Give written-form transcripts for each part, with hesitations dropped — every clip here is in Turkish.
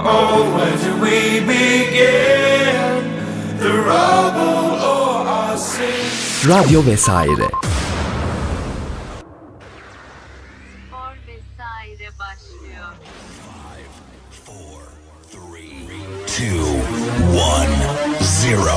oh, where do we begin? The rubble or our sin? Radyo vesaire. Spor vesaire başlıyor. 5, 4, 3, 2, 1, 0.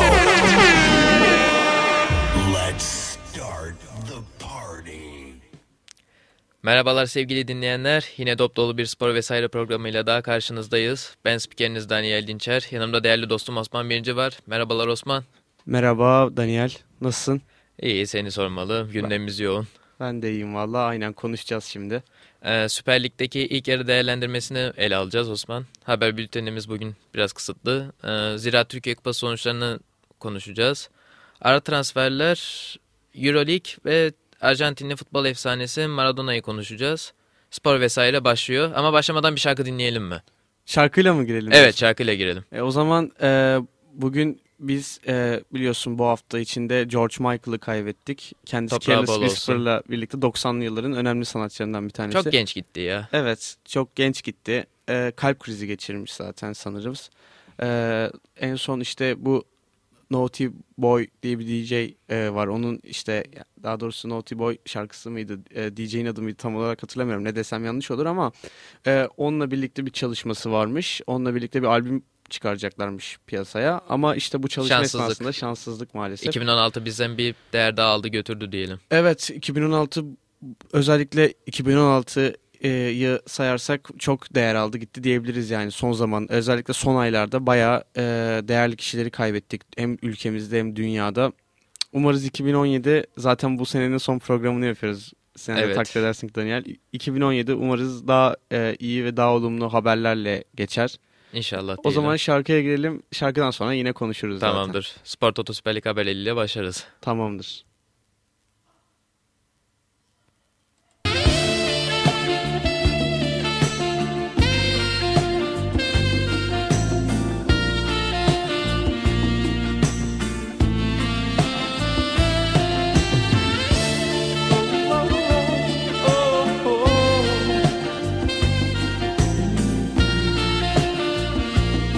Let's start the party. Merhabalar sevgili dinleyenler. Yine dop dolu bir spor vesaire programıyla daha karşınızdayız. Ben spikeriniz Daniel Dinçer. Yanımda değerli dostum Osman Birinci var. Merhabalar Osman. Merhaba Daniel, nasılsın? İyi, seni sormalı. Gündemimiz yoğun. Ben de iyiyim valla, aynen konuşacağız şimdi. Süper Lig'deki ilk yarı değerlendirmesini ele alacağız Osman. Haber bültenimiz bugün biraz kısıtlı. Zira Türkiye Kupası sonuçlarını konuşacağız. Ara transferler, Euroleague ve Arjantinli futbol efsanesi Maradona'yı konuşacağız. Spor vesaire başlıyor ama başlamadan bir şarkı dinleyelim mi? Şarkıyla mı girelim? Evet, şarkıyla girelim. O zaman bugün biz biliyorsun bu hafta içinde George Michael'ı kaybettik. Kendisi Toprağı Careless bol olsun. Whisper'la birlikte 90'lı yılların önemli sanatçılarından bir tanesi. Çok genç gitti ya. Evet, çok genç gitti. Kalp krizi geçirmiş zaten sanırım. En son işte bu Naughty Boy diye bir DJ var. Onun işte, daha doğrusu Naughty Boy şarkısı mıydı? DJ'in adı mıydı? Tam olarak hatırlamıyorum. Ne desem yanlış olur ama onunla birlikte bir çalışması varmış. Onunla birlikte bir albüm çıkaracaklarmış piyasaya. Ama işte bu çalışma esnasında şanssızlık maalesef. 2016 bizden bir değer daha aldı götürdü diyelim. Evet, 2016 özellikle 2016'yı sayarsak çok değer aldı gitti diyebiliriz yani son zaman. Özellikle son aylarda bayağı değerli kişileri kaybettik hem ülkemizde hem dünyada. Umarız 2017, zaten bu senenin son programını yapıyoruz. Sen de takdir edersin Daniel. 2017 umarız daha iyi ve daha olumlu haberlerle geçer. İnşallah diyelim. O zaman şarkıya girelim. Şarkıdan sonra yine konuşuruz zaten. Tamamdır. Spor Toto Süper Lig haberleriyle başlarız. Tamamdır.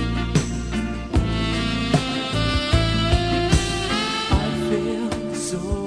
So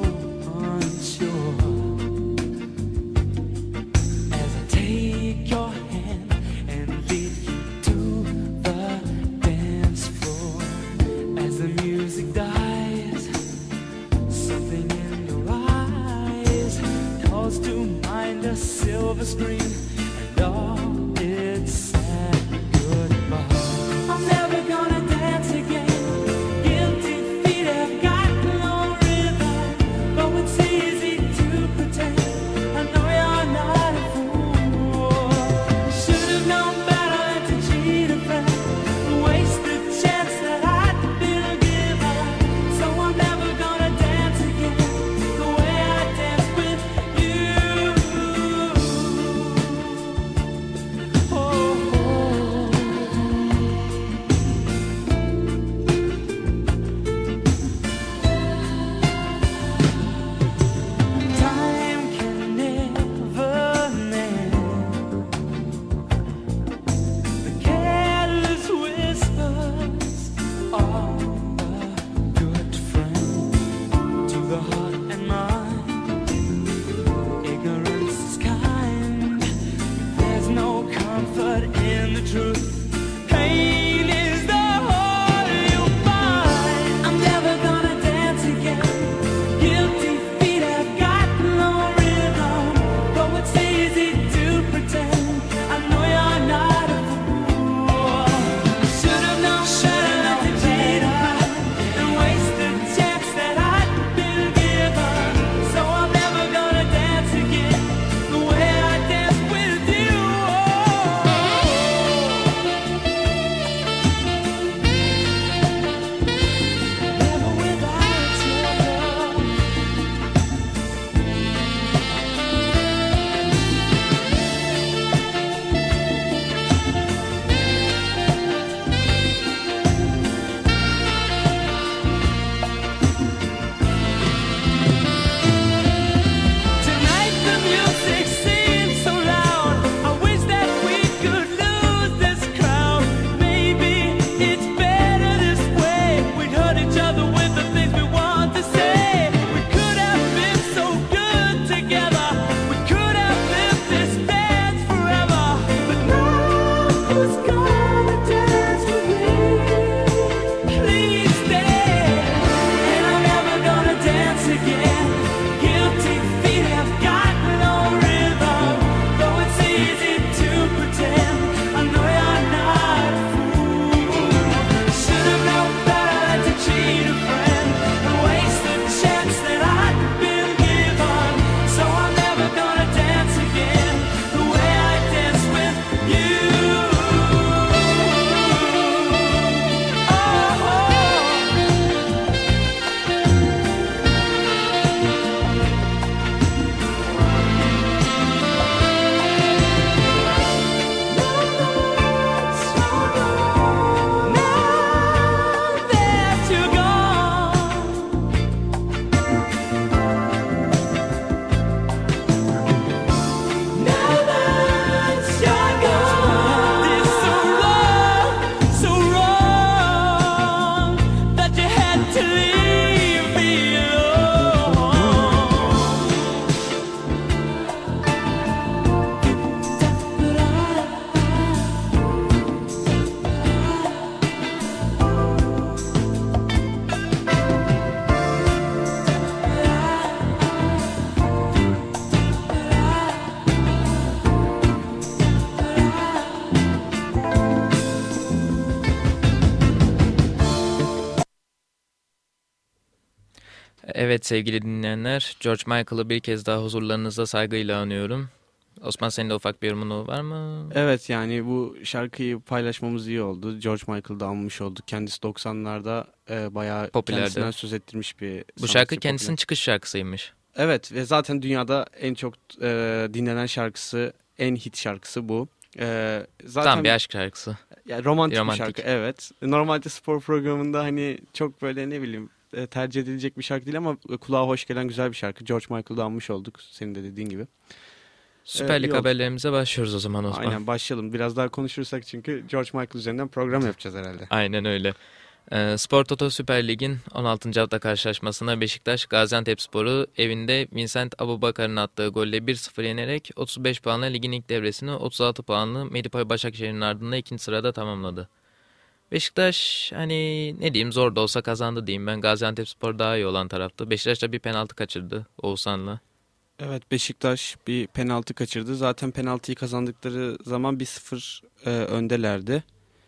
Evet sevgili dinleyenler, George Michael'ı bir kez daha huzurlarınızda saygıyla anıyorum. Osman senin de ufak bir yorumun var mı? Evet, yani bu şarkıyı paylaşmamız iyi oldu. George Michael'da anmış olduk. Kendisi 90'larda bayağı Popülerdi. kendisinden söz ettirmiş bir Bu sanatçı, şarkı popüler. kendisinin çıkış şarkısıymış. Evet ve zaten dünyada en çok dinlenen şarkısı, en hit şarkısı bu. Zaten Tam bir aşk şarkısı. yani romantik bir Romantik. şarkı, evet. Normalde spor programında hani çok böyle ne bileyim tercih edilecek bir şarkı değil ama kulağa hoş gelen güzel bir şarkı. George Michael'da anmış olduk senin de dediğin gibi. Süper Lig iyi oldu. haberlerimize başlıyoruz o zaman Osman. Aynen, başlayalım. Biraz daha konuşursak çünkü George Michael üzerinden program yapacağız herhalde. Aynen öyle. Spor Toto Süper Lig'in 16. hafta karşılaşmasında Beşiktaş Gaziantepspor'u evinde Vincent Abubakar'ın attığı golle 1-0 yenerek 35 puanla ligin ilk devresini 36 puanlı Medipol Başakşehir'in ardından ikinci sırada tamamladı. Beşiktaş hani ne diyeyim zor da olsa kazandı diyeyim ben. Gaziantepspor daha iyi olan taraftı. Beşiktaş da bir penaltı kaçırdı Oğuzhan'la. Evet, Beşiktaş bir penaltı kaçırdı. Zaten penaltıyı kazandıkları zaman 1-0 öndelerdi.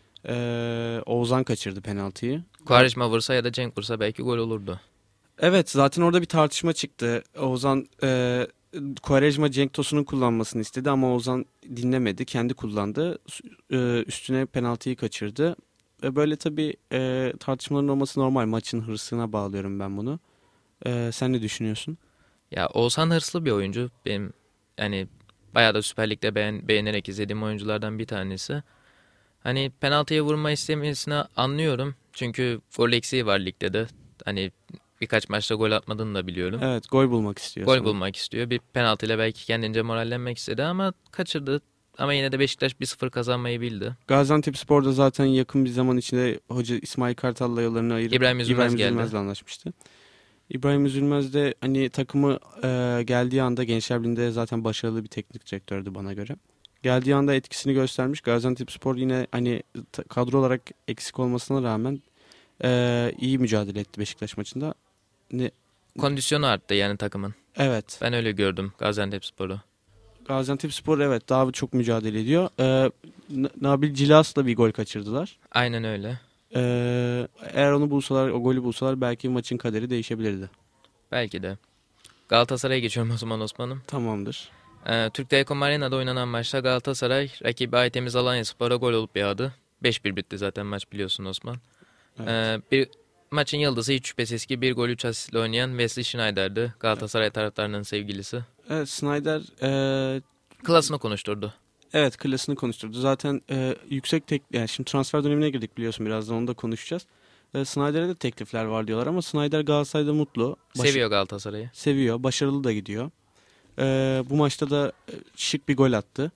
Oğuzhan kaçırdı penaltıyı. Quaresma vursa ya da Cenk vursa belki gol olurdu. Evet, zaten orada bir tartışma çıktı. Oğuzhan Quaresma Cenk Tosun'un kullanmasını istedi ama Oğuzhan dinlemedi. Kendi kullandı. Üstüne penaltıyı kaçırdı. Böyle tabii tartışmaların olması normal. Maçın hırsına bağlıyorum ben bunu. Sen ne düşünüyorsun? Ya Oğuzhan hırslı bir oyuncu. Benim yani bayağı da Süper Lig'de beğenerek izlediğim oyunculardan bir tanesi. Hani penaltıya vurma istemesini anlıyorum. Çünkü gol eksiği var ligde de. Hani birkaç maçta gol atmadığını da biliyorum. Evet, gol bulmak istiyor. Gol bulmak istiyor. Bir penaltıyla belki kendince morallenmek istedi ama kaçırdı. Ama yine de Beşiktaş 1-0 kazanmayı bildi. Gaziantepspor'da zaten yakın bir zaman içinde Hoca İsmail Kartal'la yollarını ayırıp İbrahim Üzülmez geldi. Üzülmez'le anlaşmıştı. İbrahim Üzülmez de hani takımı geldiği anda Gençler Birliği'nde zaten başarılı bir teknik direktördü bana göre. Geldiği anda etkisini göstermiş. Gaziantepspor yine hani kadro olarak eksik olmasına rağmen iyi mücadele etti Beşiktaş maçında. Kondisyonu arttı yani takımın. Evet. Ben öyle gördüm Gaziantepspor'u. Gaziantepspor evet daha çok mücadele ediyor. Nabil Cilas'la bir gol kaçırdılar. Aynen öyle. Eğer onu bulsalar, o golü bulsalar belki maçın kaderi değişebilirdi. Belki de. Galatasaray'a geçiyorum o zaman Osman'ım. Tamamdır. Türk Telekom Arena'da oynanan maçta Galatasaray rakibi Aytemiz Alanyaspor'a gol olup yağdı. 5-1 bitti zaten maç biliyorsun Osman. Evet. Maçın yıldızı hiç şüphesiz ki bir gol 3 asistle oynayan Wesley Sneijder'di. Galatasaray taraftarının sevgilisi. Evet, Snyder Klasını konuşturdu. evet klasını konuşturdu. Zaten yani şimdi transfer dönemine girdik biliyorsun, birazdan onu da konuşacağız. Snyder'e de teklifler var diyorlar ama Snyder Galatasaray'da mutlu. Seviyor Galatasaray'ı. Seviyor, başarılı da gidiyor. Bu maçta da şık bir gol attı.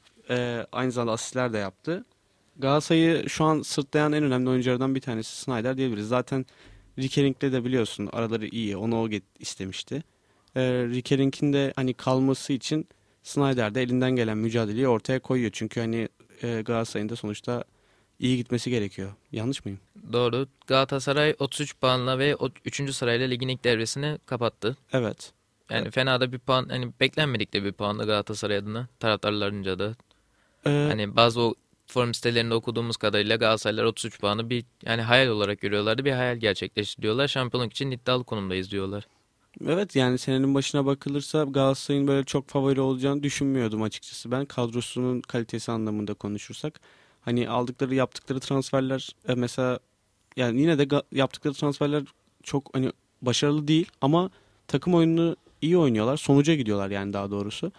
Aynı zamanda asistler de yaptı. Galatasaray'ı şu an sırtlayan en önemli oyunculardan bir tanesi Snyder diyebiliriz. Zaten Rikering'le de biliyorsun araları iyi. Onu o istemişti. Rikering'in de hani kalması için Snyder de elinden gelen mücadeleyi ortaya koyuyor. Çünkü hani Galatasaray'ın da sonuçta iyi gitmesi gerekiyor. Yanlış mıyım? Doğru. Galatasaray 33 puanla ve 3. sırayla ligin ilk devresini kapattı. Evet. Yani fena da bir puan, hani beklenmedik de bir puan da Galatasaray adına, taraftarlarınca da. Hani bazı o forum sitelerinde okuduğumuz kadarıyla Galatasaraylar 33 puanı bir yani hayal olarak görüyorlardı. Bir hayal gerçekleştiriyorlar. Şampiyonluk için iddialı konumdayız diyorlar. Evet, yani senenin başına bakılırsa Galatasaray'ın böyle çok favori olacağını düşünmüyordum açıkçası. Ben kadrosunun kalitesi anlamında konuşursak. Hani yaptıkları transferler mesela yani yine de yaptıkları transferler çok hani başarılı değil ama takım oyununu iyi oynuyorlar. Sonuca gidiyorlar yani daha doğrusu.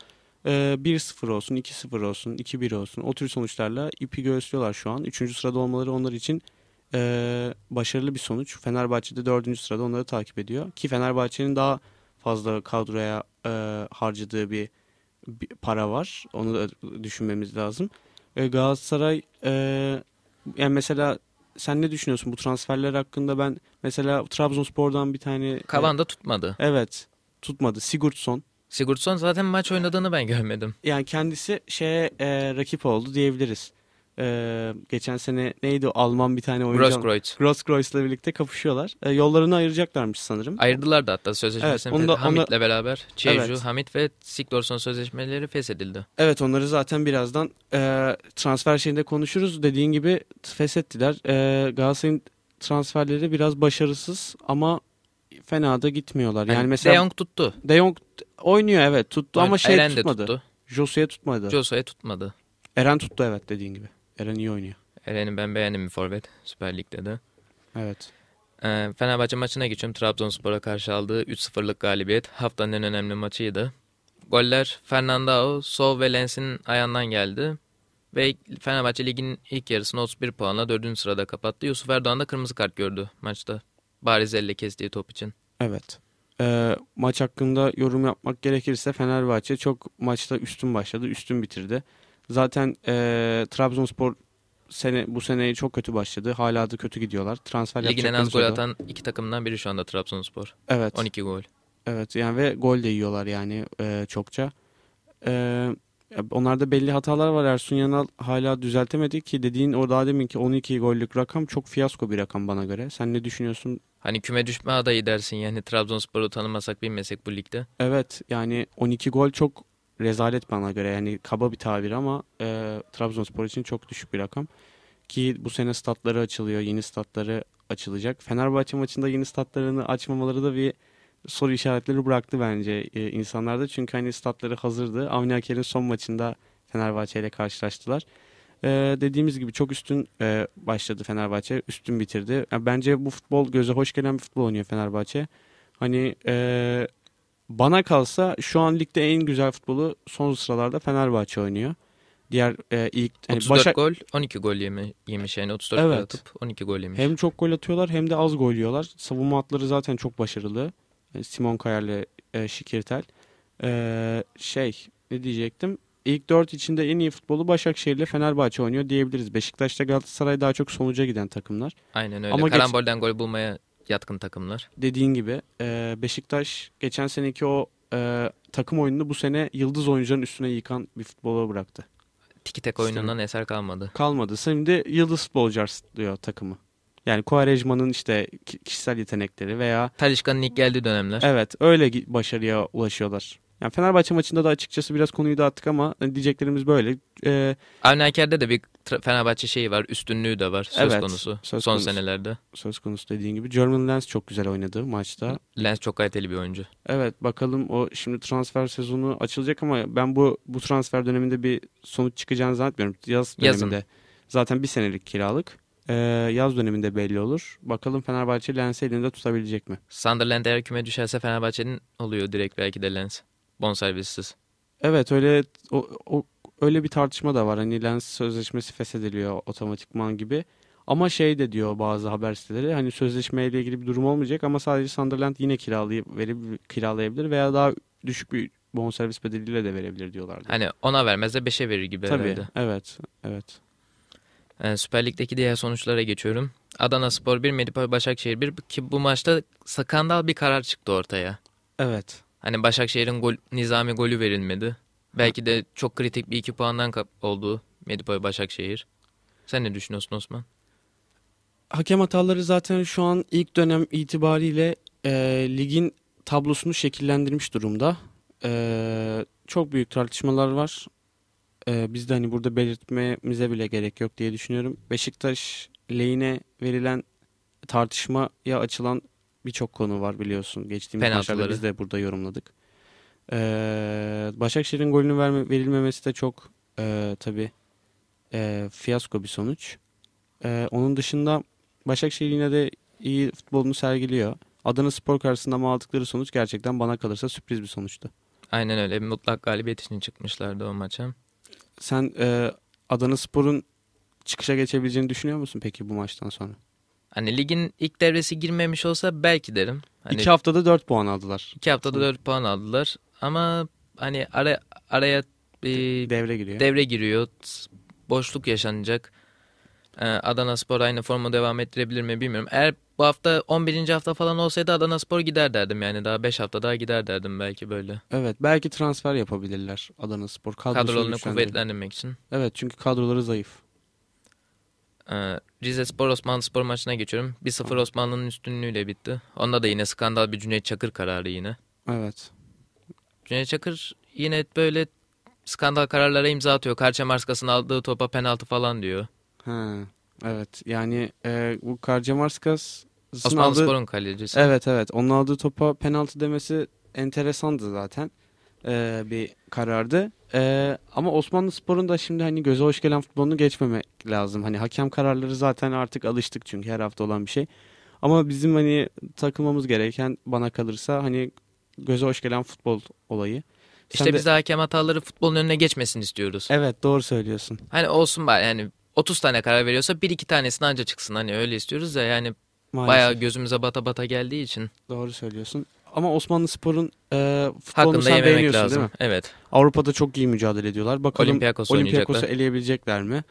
1-0 olsun, 2-0 olsun, 2-1 olsun. O tür sonuçlarla ipi göğüslüyorlar şu an. 3. sırada olmaları onlar için başarılı bir sonuç. Fenerbahçe'de 4. sırada onları takip ediyor. Ki Fenerbahçe'nin daha fazla kadroya harcadığı bir para var. Onu da düşünmemiz lazım. Galatasaray yani mesela sen ne düşünüyorsun bu transferler hakkında? Ben mesela Trabzonspor'dan bir tane Kavan da tutmadı. evet, tutmadı. Sigurdsson zaten maç oynadığını ben görmedim. Yani kendisi rakip oldu diyebiliriz. Geçen sene neydi o Alman bir tane oyuncu? Grosskreuz'la birlikte kapışıyorlar. Yollarını ayıracaklarmış sanırım. Ayırdılar da hatta sözleşmesini Evet, Hamit'le beraber. Çeju, Evet. Hamit ve Sigurdsson sözleşmeleri feshedildi. Evet, onları zaten birazdan transfer şeyinde konuşuruz. Dediğin gibi feshettiler. Galatasaray'ın transferleri biraz başarısız ama fena da gitmiyorlar. Yani Hani mesela De Jong tuttu. De Jong oynuyor, evet, tuttu ama Eren de tutmadı. tuttu. Josué tutmadı. Josué tutmadı. Eren tuttu, evet, dediğin gibi. Eren iyi oynuyor. Eren'i ben beğendim bir forvet Süper Lig'de de. Evet. Fenerbahçe maçına geçiyorum. Trabzonspor'a karşı aldığı 3-0'lık galibiyet haftanın en önemli maçıydı. Goller Fernandao, Sov ve Lens'in ayağından geldi. Ve Fenerbahçe ligin ilk yarısını 31 puanla 4. sırada kapattı. Yusuf Erdoğan da kırmızı kart gördü maçta. Bariz elle kestiği top için. Evet. Maç hakkında yorum yapmak gerekirse Fenerbahçe çok maçta üstün başladı, üstün bitirdi. Zaten Trabzonspor bu seneyi çok kötü başladı. Hala da kötü gidiyorlar. Transfer Ligin en yapacaklarını az gol söylüyorlar. atan iki takımdan biri şu anda Trabzonspor. Evet. 12 gol. Evet, yani ve gol de yiyorlar yani çokça. Onlarda belli hatalar var. Ersun Yanal hala düzeltemedi ki dediğin o daha deminki 12 gollük rakam çok fiyasko bir rakam bana göre. Sen ne düşünüyorsun? Hani küme düşme adayı dersin yani Trabzonspor'u tanımasak bilmesek bu ligde. Evet, yani 12 gol çok rezalet bana göre. Yani kaba bir tabir ama Trabzonspor için çok düşük bir rakam. Ki bu sene statları açılıyor. Yeni statları açılacak. Fenerbahçe maçında yeni statlarını açmamaları da bir soru işaretleri bıraktı bence insanlarda. Çünkü hani statları hazırdı. Avni Aker'in son maçında Fenerbahçe ile karşılaştılar. Dediğimiz gibi çok üstün başladı Fenerbahçe. Üstün bitirdi. Yani bence bu futbol göze hoş gelen bir futbol oynuyor Fenerbahçe. Hani bana kalsa şu an ligde en güzel futbolu son sıralarda Fenerbahçe oynuyor. Diğer ilk hani 34 gol, 12 gol yemiş yani 34 gol Evet. atıp 12 gol yemiş. Hem çok gol atıyorlar hem de az gol yiyorlar. Savunma hatları zaten çok başarılı. Simon Kayer'le Şikirtel. Ne diyecektim? İlk 4 içinde en iyi futbolu Başakşehir ile Fenerbahçe oynuyor diyebiliriz. Beşiktaş'ta Galatasaray daha çok sonuca giden takımlar. Aynen öyle. Ama Karambolden gol bulmaya yatkın takımlar. Dediğin gibi Beşiktaş geçen seneki o takım oyununu bu sene yıldız oyuncuların üstüne yıkan bir futbola bıraktı. Tiki tek oyunundan eser kalmadı. Kalmadı. Şimdi yıldız futbolcular diyor takımı. Yani Quaresma'nın işte kişisel yetenekleri veya Talisca'nın ilk geldiği dönemler. evet, öyle başarıya ulaşıyorlar. Yani Fenerbahçe maçında da açıkçası biraz konuyu dağıttık ama diyeceklerimiz böyle. Avni Aker'de de bir Fenerbahçe şeyi var. Üstünlüğü de var söz Evet, konusu. söz son konusu. senelerde. Söz konusu dediğin gibi. Jermaine Lens çok güzel oynadı maçta. Lens çok kaliteli bir oyuncu. Evet, bakalım o şimdi transfer sezonu açılacak ama ben bu transfer döneminde bir sonuç çıkacağını zannetmiyorum. Yaz döneminde. Yazın. Zaten bir senelik kiralık. Yaz döneminde belli olur. Bakalım Fenerbahçe Lens'i elinde tutabilecek mi? Sunderland eğer küme düşerse Fenerbahçe'nin oluyor direkt belki de Lens. Bonservissiz. Evet, öyle bir tartışma da var. Hani Lens sözleşmesi feshediliyor otomatikman gibi. Ama şey de diyor bazı haber siteleri, hani sözleşmeyle ilgili bir durum olmayacak ama sadece Sunderland yine kiralayabilir veya daha düşük bir bonservis bedeliyle de verebilir diyorlardı. Hani ona vermez de 5'e verir gibi Tabii, herhalde. evet. Süper Lig'deki diğer sonuçlara geçiyorum. Adanaspor 1, Medipol Başakşehir 1 ki bu maçta skandal bir karar çıktı ortaya. Evet. Hani Başakşehir'in nizami golü verilmedi. Belki de çok kritik bir 2 puandan oldu Medipol Başakşehir. Sen ne düşünüyorsun Osman? Hakem hataları zaten şu an ilk dönem itibariyle ligin tablosunu şekillendirmiş durumda. Çok büyük tartışmalar var. Biz de hani burada belirtmemize bile gerek yok diye düşünüyorum. Beşiktaş lehine verilen tartışmaya açılan birçok konu var biliyorsun. Geçtiğimiz Penaltıları. maçlarda biz de burada yorumladık. Başakşehir'in golünün verilmemesi de çok tabii fiyasko bir sonuç. Onun dışında Başakşehir yine de iyi futbolunu sergiliyor. Adanaspor karşısında ama aldıkları sonuç gerçekten bana kalırsa sürpriz bir sonuçtu. Aynen öyle. Bir mutlak galibiyet için çıkmışlardı o maça. Sen Adanaspor'un çıkışa geçebileceğini düşünüyor musun peki bu maçtan sonra? Hani ligin ilk devresi girmemiş olsa belki derim. Hani 2 haftada 4 puan aldılar. 2 haftada 4 puan aldılar. Ama hani araya Devre giriyor. giriyor. Boşluk yaşanacak. Adanaspor aynı formu devam ettirebilir mi bilmiyorum. Eğer bu hafta 11. hafta falan olsaydı Adanaspor gider derdim yani. Daha 5 hafta daha gider derdim belki böyle. Evet, belki transfer yapabilirler Adanaspor. Kadrolarını kuvvetlendirmek için. Evet, çünkü kadroları zayıf. Rizespor Osmanlıspor maçına geçiyorum. 1-0 Osmanlı'nın üstünlüğüyle bitti. Onda da yine skandal bir Cüneyt Çakır kararı yine. Evet. Cüneyt Çakır yine böyle skandal kararlara imza atıyor. Karçemarskas aldığı topa penaltı falan diyor. Evet. Yani bu Karcamarskas Osmanlıspor'un kalecisi. Evet evet. Onun aldığı topa penaltı demesi enteresandı zaten. Bir karardı. Ama Osmanlıspor'un da şimdi hani göze hoş gelen futbolunu geçmemek lazım. Hani hakem kararları zaten artık alıştık çünkü her hafta olan bir şey. Ama bizim hani takılmamız gereken bana kalırsa hani göze hoş gelen futbol olayı. Sen İşte de- biz de hakem hataları futbolun önüne geçmesin istiyoruz. Evet doğru söylüyorsun. Hani olsun bari yani 30 tane karar veriyorsa bir iki tanesini anca çıksın. Hani öyle istiyoruz ya yani Maalesef. bayağı gözümüze bata bata geldiği için Doğru söylüyorsun. Ama Osmanlıspor'un futbolunu hakkında sen yememek beğeniyorsun değil lazım. mi? Evet. Avrupa'da çok iyi mücadele ediyorlar. Bakalım Olympiakos'u Olympiakos'u oynayacaklar. eleyebilecekler mi?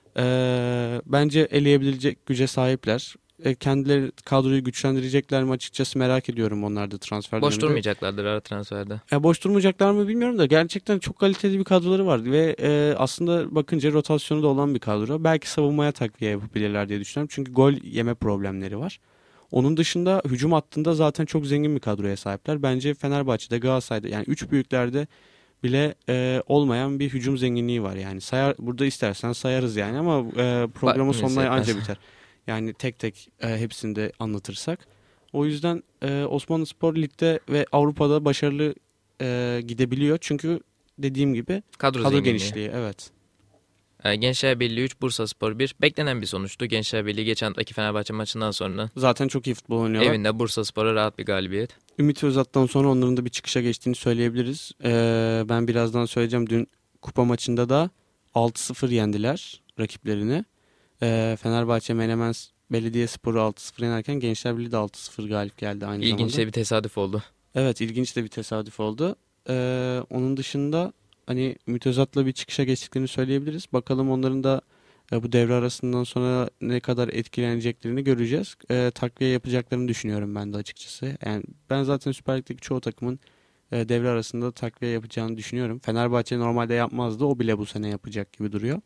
Bence eleyebilecek güce sahipler. Kendileri kadroyu güçlendirecekler mi açıkçası merak ediyorum onlar da transfer Boş döneminde. durmayacaklardır ara transferde. Boş durmayacaklar mı bilmiyorum da gerçekten çok kaliteli bir kadroları var ve aslında bakınca rotasyonu da olan bir kadro. Belki savunmaya takviye yapabilirler diye düşünüyorum. Çünkü gol yeme problemleri var. Onun dışında hücum hattında zaten çok zengin bir kadroya sahipler. Bence Fenerbahçe'de, Galatasaray'da yani üç büyüklerde bile olmayan bir hücum zenginliği var. Yani burada istersen sayarız yani ama programın Bak, sonuna yetmez. anca biter. Yani tek tek hepsini de anlatırsak. O yüzden Osmanlıspor Lig'de ve Avrupa'da başarılı gidebiliyor. Çünkü dediğim gibi Kadro kadro zenginliği. genişliği evet. Gençler Birliği 3, Bursaspor 1. Beklenen bir sonuçtu. Gençler Birliği geçen haftaki Fenerbahçe maçından sonra Zaten çok iyi futbol oynuyorlar. evinde Bursaspor'a rahat bir galibiyet. Ümit Özat'tan sonra onların da bir çıkışa geçtiğini söyleyebiliriz. Ben birazdan söyleyeceğim. Dün kupa maçında da 6-0 yendiler rakiplerini. Fenerbahçe Menemen Belediyespor'u 6-0 yenerken Gençler Birliği de 6-0 galip geldi aynı İlginç zamanda. de bir tesadüf oldu. Evet ilginç de bir tesadüf oldu. Onun dışında hani Ümit Özat'la bir çıkışa geçtiklerini söyleyebiliriz. Bakalım onların da bu devre arasından sonra ne kadar etkileneceklerini göreceğiz. Takviye yapacaklarını düşünüyorum ben de açıkçası. Yani ben zaten Süper Lig'deki çoğu takımın devre arasında takviye yapacağını düşünüyorum. Fenerbahçe normalde yapmazdı. O bile bu sene yapacak gibi duruyor.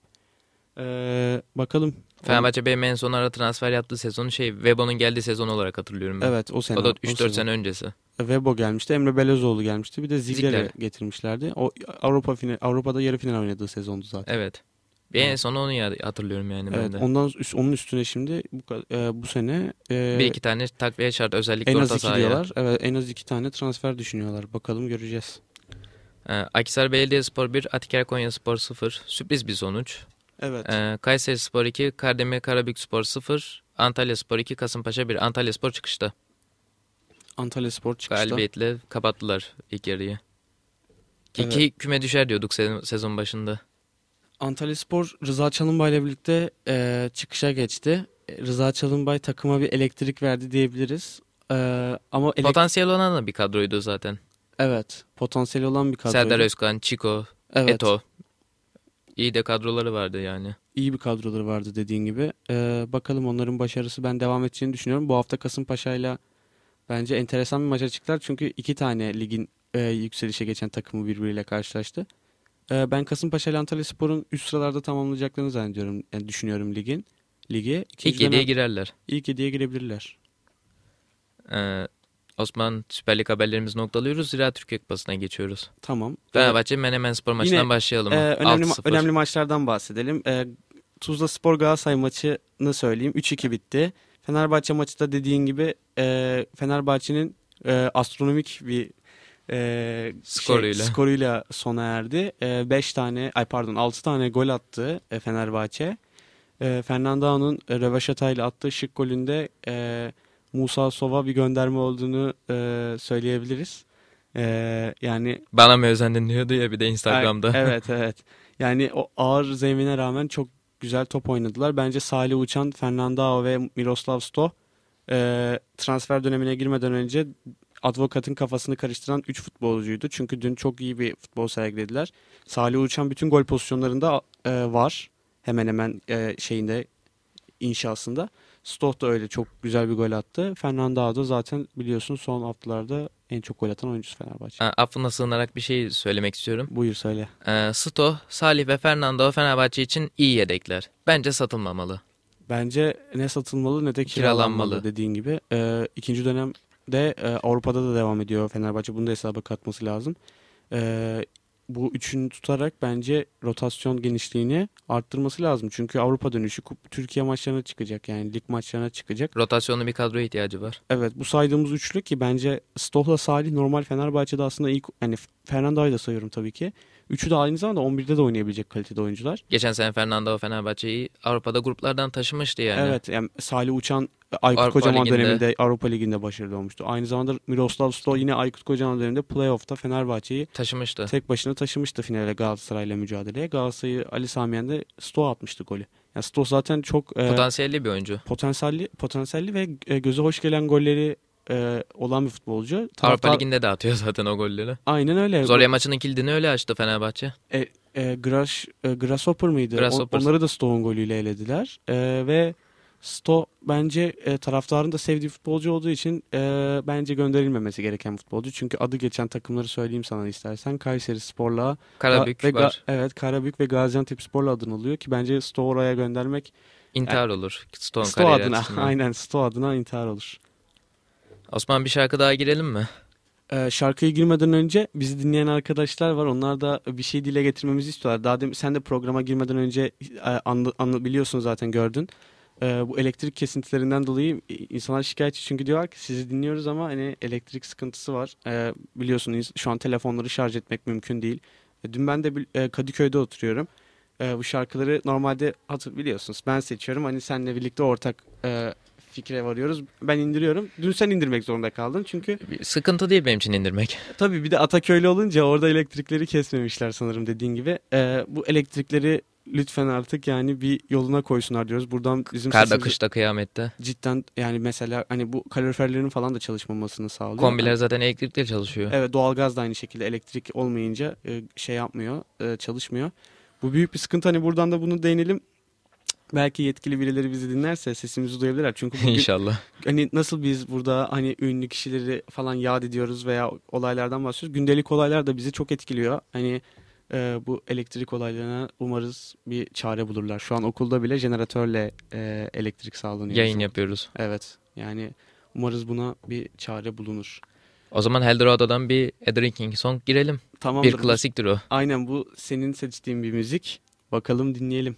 Bakalım. Fenerbahçe benim en son ara transfer yaptığı sezonu Webo'nun geldiği sezon olarak hatırlıyorum ben. Evet o sene. O da o 3-4 sezon. sene öncesi. Webo gelmişti. Emre Belözoğlu gelmişti. Bir de Ziegler'i Ziegler. getirmişlerdi. O Avrupa'da yarı final oynadığı sezondu zaten. Evet. Bir en son onu hatırlıyorum yani ben Evet. de. Onun üstüne şimdi bu sene Bir iki tane takviye şart özellikle en az orta 2 sahaya. diyorlar. Evet, en az 2 tane transfer düşünüyorlar. Bakalım göreceğiz. Akhisar Belediyespor 1, Atiker Konyaspor 0. Sürpriz bir sonuç. Evet. Kayserispor 2, Kardemir Karabükspor 0. Antalyaspor 2, Kasımpaşa 1. Antalyaspor çıkışta. Antalyaspor çıkışta. Galibiyetle kapattılar ilk yarıyı. Evet. Ki küme düşer diyorduk sezon başında. Antalyaspor Rıza Çalınbay ile birlikte çıkışa geçti. Rıza Çalınbay takıma bir elektrik verdi diyebiliriz. Ama Potansiyel olan da bir kadroydu zaten. evet, potansiyeli olan bir kadroydu. Serdar Özkan, Chico, Evet. Eto. İyi de kadroları vardı yani. İyi bir kadroları vardı dediğin gibi. Bakalım onların başarısı ben devam edeceğini düşünüyorum. Bu hafta Kasımpaşa'yla bence enteresan bir maça çıktılar. Çünkü 2 tane ligin yükselişe geçen takımı birbiriyle karşılaştı. Ben Kasımpaşa ile Antalyaspor'un üst sıralarda tamamlayacaklarını zannediyorum. Yani düşünüyorum ligi. İlk İkinci 7'ye dönem girerler. ilk 7'ye girebilirler. Osman Süper Lig haberlerimizi noktalıyoruz. Ziraat Türkiye Kupası'na geçiyoruz. Tamam. Fenerbahçe Menemenspor maçından Yine, başlayalım. önemli 6-0. önemli maçlardan bahsedelim. Tuzlaspor Galatasaray maçını söyleyeyim. 3-2 bitti. Fenerbahçe maçı da dediğin gibi Fenerbahçe'nin astronomik bir skoruyla sona erdi. 6 tane gol attı Fenerbahçe. Fernando'nun rövaşatayla attığı şık golünde Musa Sov'a bir gönderme olduğunu söyleyebiliriz. Yani Bana mı özendin diyordu ya bir de Instagram'da. evet. Yani o ağır zemine rağmen çok güzel top oynadılar. Bence Salih Uçan, Fernandao ve Miroslav Stoh transfer dönemine girmeden önce Advokat'ın kafasını karıştıran 3 futbolcuydu. Çünkü dün çok iyi bir futbol sergilediler. Salih Uçan bütün gol pozisyonlarında var. Hemen hemen inşasında. Stoh da öyle çok güzel bir gol attı. Fernandao da zaten biliyorsun son haftalarda en çok gol atan oyuncusu Fenerbahçe. Affına sığınarak bir şey söylemek istiyorum. Buyur söyle. Stoh, Salih ve Fernando Fenerbahçe için iyi yedekler. Bence satılmamalı. Bence ne satılmalı ne de kiralanmalı dediğin gibi. İkinci dönemde Avrupa'da da devam ediyor Fenerbahçe. Bunu da hesaba katması lazım. bu üçünü tutarak bence rotasyon genişliğini arttırması lazım. Çünkü Avrupa dönüşü Türkiye maçlarına çıkacak, yani lig maçlarına çıkacak. Rotasyonlu bir kadroya ihtiyacı var. Evet, bu saydığımız üçlü ki bence Stoh'la Salih normal Fenerbahçe'de aslında ilk, hani Fernando'yu da sayıyorum tabii ki. Üçü de aynı zamanda 11'de de oynayabilecek kalitede oyuncular. Geçen sene Fernando Fenerbahçe'yi Avrupa'da gruplardan taşımıştı yani. Evet, yani Salih Uçan Aykut Avrupa Kocaman Ligi'nde. döneminde Avrupa Ligi'nde başarılı olmuştu. Aynı zamanda Miroslav Stoh yine Aykut Kocaman döneminde playoff'ta Fenerbahçe'yi Taşımıştı. tek başına taşımıştı finale Galatasaray'la mücadeleye. Galatasaray'ı Ali Sami Yen de Stoh atmıştı golü. Yani Stoh zaten çok Potansiyelli bir oyuncu. potansiyelli ve göze hoş gelen golleri olan bir futbolcu. Avrupa Ligi'nde de atıyor zaten o golleri. Aynen öyle. Zorya maçının kilidini öyle açtı Fenerbahçe. Grasshopper mıydı? Grasshopper. Onları da Stoh'un golüyle elediler. Ve Stoh bence taraftarın da sevdiği futbolcu olduğu için bence gönderilmemesi gereken futbolcu. Çünkü adı geçen takımları söyleyeyim sana istersen. Kayserispor'la Karabük var. Evet, Karabük ve Gaziantepspor'la adını oluyor ki bence Stoh'u oraya göndermek İntihar olur. Stone'un Stoh kariyeri adına açısından. aynen Stoh adına intihar olur. Osman, bir şarkı daha girelim mi? Şarkıya girmeden önce bizi dinleyen arkadaşlar var. Onlar da bir şey dile getirmemizi istiyorlar. Daha demin sen de programa girmeden önce biliyorsun, zaten gördün. Bu elektrik kesintilerinden dolayı insanlar şikayetçi, çünkü diyorlar ki sizi dinliyoruz ama hani elektrik sıkıntısı var. Biliyorsun şu an telefonları şarj etmek mümkün değil. Dün ben de Kadıköy'de oturuyorum. Bu şarkıları normalde biliyorsunuz ben seçiyorum. Hani seninle birlikte ortak fikre varıyoruz. Ben indiriyorum. Dün sen indirmek zorunda kaldın çünkü Sıkıntı değil benim için indirmek. tabii bir de Ataköy'lü olunca orada elektrikleri kesmemişler sanırım, dediğin gibi. Bu elektrikleri lütfen artık yani bir yoluna koysunlar diyoruz. Buradan bizim Karda, sesimizi kışta, kıyamette. cidden, yani mesela hani bu kaloriferlerin falan da çalışmamasını sağlıyor. Kombiler zaten elektrikle çalışıyor. Evet, doğalgaz da aynı şekilde elektrik olmayınca şey yapmıyor, çalışmıyor. Bu büyük bir sıkıntı, hani buradan da bunu değinelim. Belki yetkili birileri bizi dinlerse sesimizi duyabilirler. Çünkü bugün İnşallah. hani nasıl biz burada hani ünlü kişileri falan yad ediyoruz veya olaylardan bahsediyoruz. Gündelik olaylar da bizi çok etkiliyor. Hani bu elektrik olaylarına umarız bir çare bulurlar. Şu an okulda bile jeneratörle elektrik sağlanıyor. Yayın yapıyoruz. Evet, yani umarız buna bir çare bulunur. O zaman Eldorado'dan bir A Drinking Song girelim. Tamamdır. Bir klasiktir o. Aynen, bu senin seçtiğin bir müzik. Bakalım, dinleyelim.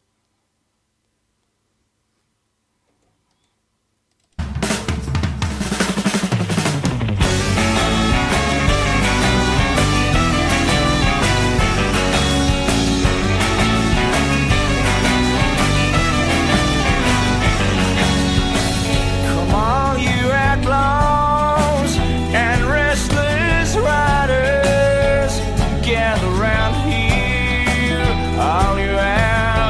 Come on, you outlaws and restless riders, gather round here, all you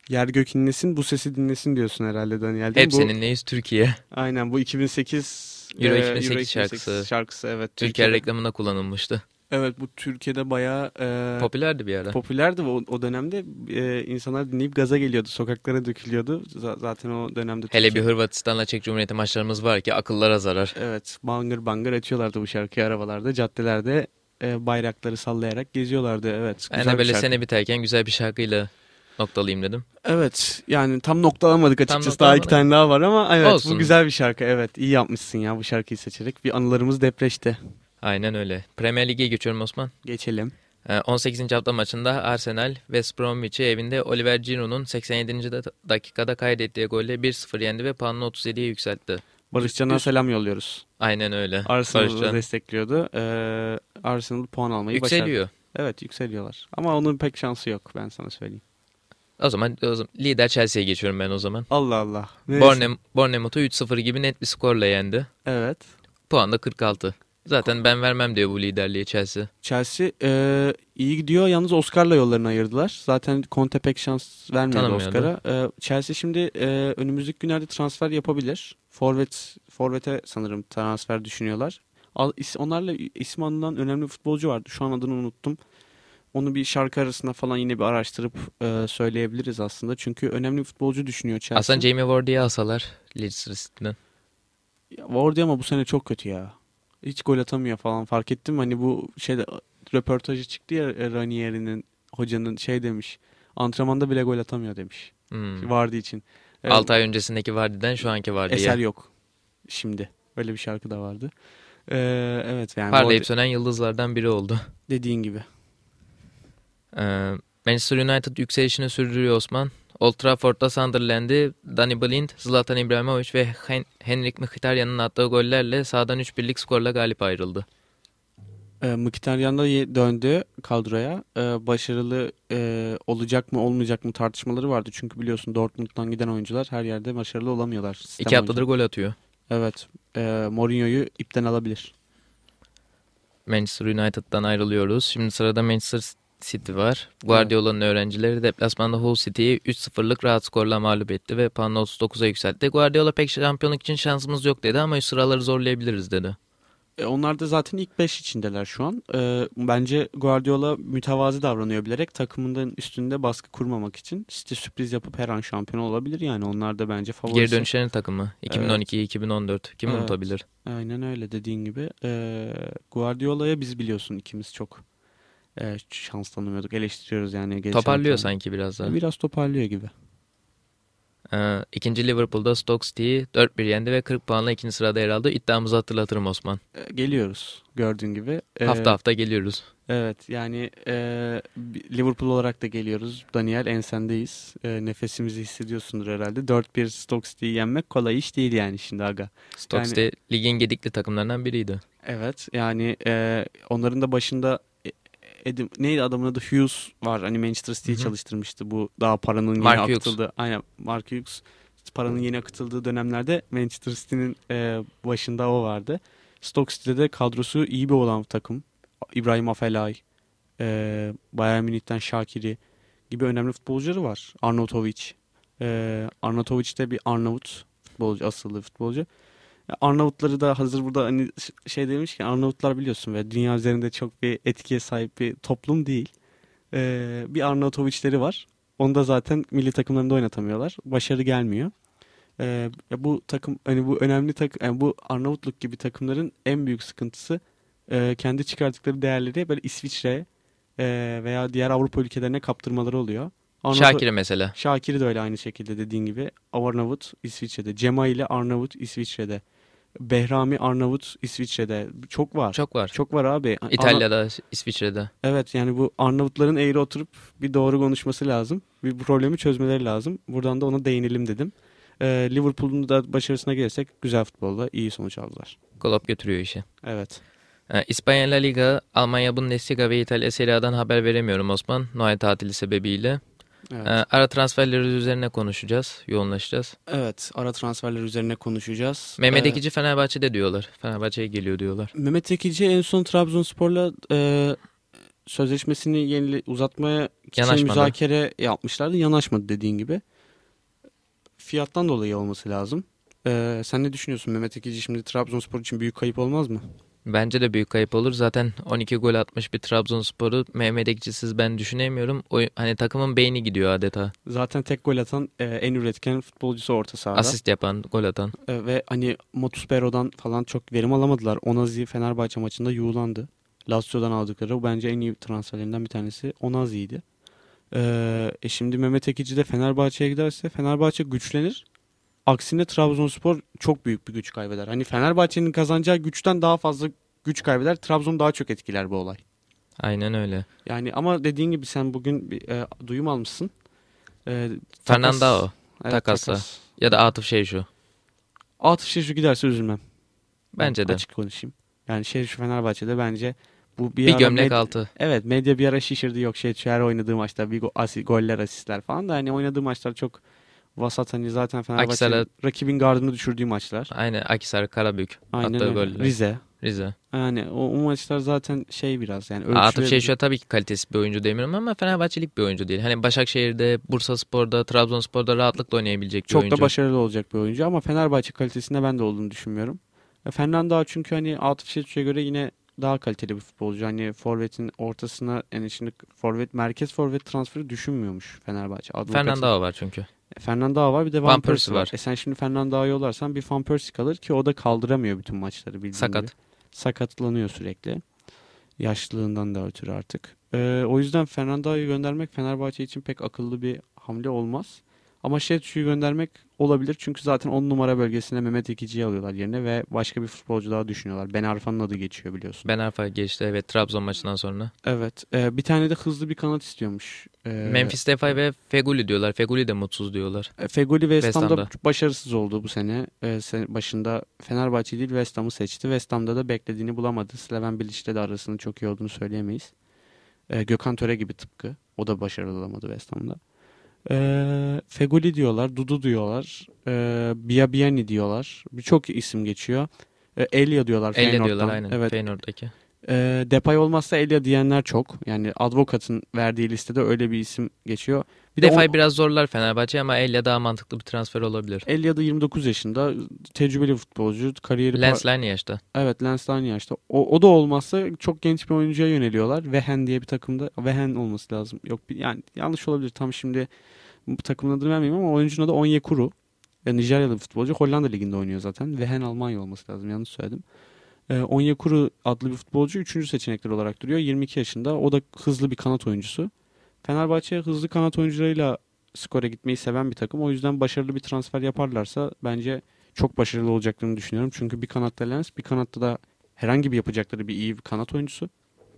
Yer gök inlesin, bu sesi dinlesin diyorsun herhalde Daniel, değil Hep mi? seninleyiz Türkiye. Aynen, bu 2008 Euro e, 2008 şarkısı evet. Ülker reklamında kullanılmıştı. Evet, bu Türkiye'de bayağı Popülerdi bir ara. popülerdi ve o dönemde insanlar dinleyip gaza geliyordu, sokaklara dökülüyordu. Zaten o dönemde Hele bir Türkiye, Hırvatistan'la Çek Cumhuriyeti maçlarımız var ki akıllara zarar. evet, bangır bangır açıyorlardı bu şarkıyı arabalarda, caddelerde bayrakları sallayarak geziyorlardı. Evet, Ben güzel de bir böyle şarkı. sene biterken güzel bir şarkıyla noktalayayım dedim. Evet, yani tam noktalamadık Tam açıkçası. Daha iki noktalamadık. tane daha var ama evet, Olsun. bu güzel bir şarkı. Evet, iyi yapmışsın ya bu şarkıyı seçerek. Bir anılarımız depreşti. Aynen öyle. Premier Lig'e geçiyorum Osman. Geçelim. 18. hafta maçında Arsenal West Bromwich'i evinde Oliver Giroud'un 87. dakikada kaydettiği golle 1-0 yendi ve puanını 37'ye yükseltti. Barış Can'a selam yolluyoruz. Aynen öyle. Arsenal'ı Barışcan destekliyordu. Arsenal puan almayı başardı. yükseliyor. Evet, yükseliyorlar. Ama onun pek şansı yok, ben sana söyleyeyim. O zaman lider Chelsea'ye geçiyorum ben o zaman. Allah Allah. Neresi? Bournemouth'u 3-0 gibi net bir skorla yendi. Evet. Puan da 46. Zaten ben vermem diyor bu liderliği Chelsea. Chelsea iyi gidiyor. Yalnız Oscar'la yollarını ayırdılar. Zaten Conte pek şans vermiyordu Tanımıyordu. Oscar'a. Chelsea şimdi önümüzdeki günlerde transfer yapabilir. Forvet'e sanırım transfer düşünüyorlar. Onlarla ismi anılan önemli bir futbolcu vardı. Şu an adını unuttum. Onu bir şarkı arasında falan yine bir araştırıp söyleyebiliriz aslında. Çünkü önemli bir futbolcu düşünüyor Chelsea. Aslında Jamie Vardy'yi alsalar Leicester City'den. Vardy ama bu sene çok kötü ya. Hiç gol atamıyor falan, fark ettim. Hani bu şeyde röportajı çıktı ya, Ranieri'nin, hocanın şey demiş. Antrenmanda bile gol atamıyor demiş. Vardy için. 6 ay öncesindeki Vardy'den şu anki Vardy'ye. Eser yok şimdi. Öyle bir şarkı da vardı. Evet yani Parlayıp Vardy sönen yıldızlardan biri oldu. dediğin gibi. Manchester United yükselişini sürdürüyor Osman. Old Trafford'da Sunderland'i Danny Blind, Zlatan İbrahimovic ve Henrik Mkhitaryan'ın attığı gollerle sahadan 3-1'lik skorla galip ayrıldı. Mkhitaryan da döndü kadroya. Başarılı olacak mı olmayacak mı tartışmaları vardı. Çünkü biliyorsun Dortmund'dan giden oyuncular her yerde başarılı olamıyorlar. 2 haftadır gol atıyor. Evet. Mourinho'yu ipten alabilir. Manchester United'dan ayrılıyoruz. Şimdi sırada Manchester City var. Guardiola'nın öğrencileri deplasmanda Hull City'yi 3-0'lık rahat skorla mağlup etti ve puanını 39'a yükseltti. Guardiola pek şampiyonluk için şansımız yok dedi ama sıraları zorlayabiliriz dedi. Onlar da zaten ilk 5 içindeler şu an. Bence Guardiola mütevazi davranıyor bilerek, takımının üstünde baskı kurmamak için. City sürpriz yapıp her an şampiyon olabilir yani. Onlar da bence favorisi. Geri dönüşlerin takımı. 2012-2014. Kim Evet. unutabilir? Aynen öyle, dediğin gibi. Guardiola'ya biz biliyorsun ikimiz çok şans tanımıyorduk. Eleştiriyoruz yani. geçen Toparlıyor hafta. sanki biraz daha. Biraz toparlıyor gibi. İkinci Liverpool'da Stoke City'yi 4-1 yendi ve 40 puanla ikinci sırada yer aldı. İddiamızı hatırlatırım Osman. Geliyoruz gördüğün gibi. Hafta hafta geliyoruz. Evet yani Liverpool olarak da geliyoruz. Daniel, ensendeyiz. Nefesimizi hissediyorsundur herhalde. 4-1 Stoke City'yi yenmek kolay iş değil yani şimdi aga. Stoke Yani- City ligin gedikli takımlarından biriydi. Evet yani onların da başında neydi adamın adı, Hughes var. Hani Manchester City'yi Hı hı. çalıştırmıştı. Bu daha paranın yeni Mark Hughes. akıtıldığı. Aynen, Mark Hughes. Paranın yeni akıtıldığı dönemlerde Manchester City'nin başında o vardı. Stoke City'de de kadrosu iyi bir olan takım. İbrahim Afellay, Bayern Münih'ten Şakiri gibi önemli futbolcuları var. Arnautovic. Arnautovic de bir Arnavut futbolcu, asıllı futbolcu. Arnavutları da hazır burada hani şey demiş ki, Arnavutlar biliyorsun ve dünya üzerinde çok bir etkiye sahip bir toplum değil. Bir Arnautovic'leri var. Onu da zaten milli takımlarında oynatamıyorlar. Başarı gelmiyor. Bu takım, hani bu önemli takım, yani bu Arnavutluk gibi takımların en büyük sıkıntısı kendi çıkarttıkları değerleri böyle İsviçre veya diğer Avrupa ülkelerine kaptırmaları oluyor. Şakir'e mesela. Şakir'i de öyle aynı şekilde, dediğin gibi. Arnavut İsviçre'de. Cemaili Arnavut İsviçre'de. Behrami Arnavut İsviçre'de. Çok var. Çok var. Çok var abi. İtalya'da, İsviçre'de. Evet yani bu Arnavutların eğri oturup bir doğru konuşması lazım. Bir problemi çözmeleri lazım. Buradan da ona değinelim dedim. Liverpool'un da başarısına gelirsek, güzel futbolda iyi sonuç aldılar. Klopp götürüyor işi. Evet. İspanya La Liga, Almanya Bundesliga ve İtalya Serie A'dan haber veremiyorum Osman. Noel tatili sebebiyle. Evet. Ara transferleri üzerine konuşacağız, yoğunlaşacağız. Evet, ara transferler üzerine konuşacağız. Mehmet Ekici Fenerbahçe'de diyorlar. Fenerbahçe'ye geliyor diyorlar. Mehmet Ekici en son Trabzonspor'la sözleşmesini uzatmaya İki Yanaşmadı. müzakere yapmışlardı. Yanaşmadı dediğin gibi. Fiyattan dolayı olması lazım. Sen ne düşünüyorsun Mehmet Ekici? Şimdi Trabzonspor için büyük kayıp olmaz mı? Bence de büyük kayıp olur. Zaten 12 gol atmış bir Trabzonspor'u Mehmet Ekşisiz ben düşünemiyorum. Hani takımın beyni gidiyor adeta. Zaten tek gol atan en üretken futbolcusu orta sahada. Asist yapan, gol atan. Ve hani Mutuspero'dan falan çok verim alamadılar. Onazi Fenerbahçe maçında yuğlandı. Lazio'dan aldıkları bence en iyi transferlerinden bir tanesi Onazi'ydi. Şimdi Mehmet Ekici de Fenerbahçe'ye giderse Fenerbahçe güçlenir. Aksine Trabzonspor çok büyük bir güç kaybeder. Hani Fenerbahçe'nin kazanacağı güçten daha fazla güç kaybeder. Trabzon daha çok etkiler bu olay. Aynen öyle. Yani ama dediğin gibi sen bugün bir duyum almışsın. Fernandao. Evet, Takasla. takas. Ya da Atıf Şeşu. Atıf Şeşu giderse üzülmem. Bence de. Açık konuşayım. Yani Şeşu Fenerbahçe'de bence bu Bir ara gömlek altı. Evet, medya bir ara şişirdi, yok Şeşu her oynadığı maçta bir goller, asistler falan da hani oynadığı maçlar çok vasat, hani zaten Fenerbahçe Akhisar'a- rakibin gardını düşürdüğü maçlar. Aynen Akhisar Karabük. Aynen Attığı öyle. goller. Rize. Yani o maçlar zaten şey biraz yani Atıf ölçülebilir. Şeşu tabii ki kalitesi bir oyuncu demiyorum ama Fenerbahçelik bir oyuncu değil. Hani Başakşehir'de, Bursaspor'da, Trabzonspor'da rahatlıkla oynayabilecek bir Çok oyuncu. da başarılı olacak bir oyuncu ama Fenerbahçe kalitesinde ben de olduğunu düşünmüyorum. Fernando çünkü hani Atıf Şeşu'ya göre yine daha kaliteli bir futbolcu. Hani forvetin ortasına, yani şimdi merkez forvet transferi düşünmüyormuş Fenerbahçe. Fernandao var çünkü. Fernando var, bir de Van Van Persie Persie var. var. Sen şimdi Fernando'yu yollarsan bir Van Persie kalır ki o da kaldıramıyor bütün maçları bildiğin Sakat. gibi. Sakatlanıyor sürekli. Yaşlılığından da ötürü artık. O yüzden Fernando'yu göndermek Fenerbahçe için pek akıllı bir hamle olmaz. Ama Şetşu'yu göndermek olabilir. Çünkü zaten 10 numara bölgesinde Mehmet Ekici'yi alıyorlar yerine ve başka bir futbolcu daha düşünüyorlar. Ben Arfa'nın adı geçiyor biliyorsun. Ben Arfa geçti evet Trabzon maçından sonra. Evet. Bir tane de hızlı bir kanat istiyormuş. Memphis Depay ve Feguli diyorlar. Feguli de mutsuz diyorlar. Fegoli West Ham'da Ham'da. başarısız oldu bu sene. Başında Fenerbahçe değil West Ham'ı seçti. West Ham'da da beklediğini bulamadı. Slaven Bilic'le de arasının çok iyi olduğunu söyleyemeyiz. Gökhan Töre gibi tıpkı. O da başarılı olamadı West Ham'da. Fegoli diyorlar, Dudu diyorlar, Biabiani diyorlar. Birçok isim geçiyor. Elia diyorlar Elle Feyenoord'dan. diyorlar aynen. Evet. Feyenoord'daki. Depay olmazsa Elia diyenler çok. Yani Advokat'ın verdiği listede öyle bir isim geçiyor. Bir de Depay biraz zorlar Fenerbahçe ama Elle daha mantıklı bir transfer olabilir. Elia da 29 yaşında, tecrübeli bir futbolcu, kariyeri Lens aynı yaşta. Evet, Lens aynı yaşta. O da olmazsa çok genç bir oyuncuya yöneliyorlar. Wehen diye bir takımda, Wehen olması lazım. Yok yani yanlış olabilir. Tam şimdi bu takımın adını vermeyeyim ama oyuncunun adı Onyekuru. Nijeryalı bir futbolcu. Hollanda liginde oynuyor zaten. Wehen Almanya olması lazım. Yanlış söyledim. Onyekuru adlı bir futbolcu 3. seçenekler olarak duruyor. 22 yaşında. O da hızlı bir kanat oyuncusu. Fenerbahçe hızlı kanat oyuncularıyla skora gitmeyi seven bir takım. O yüzden başarılı bir transfer yaparlarsa bence çok başarılı olacaklarını düşünüyorum. Çünkü bir kanatta Lens, bir kanatta da herhangi bir yapacakları bir iyi bir kanat oyuncusu.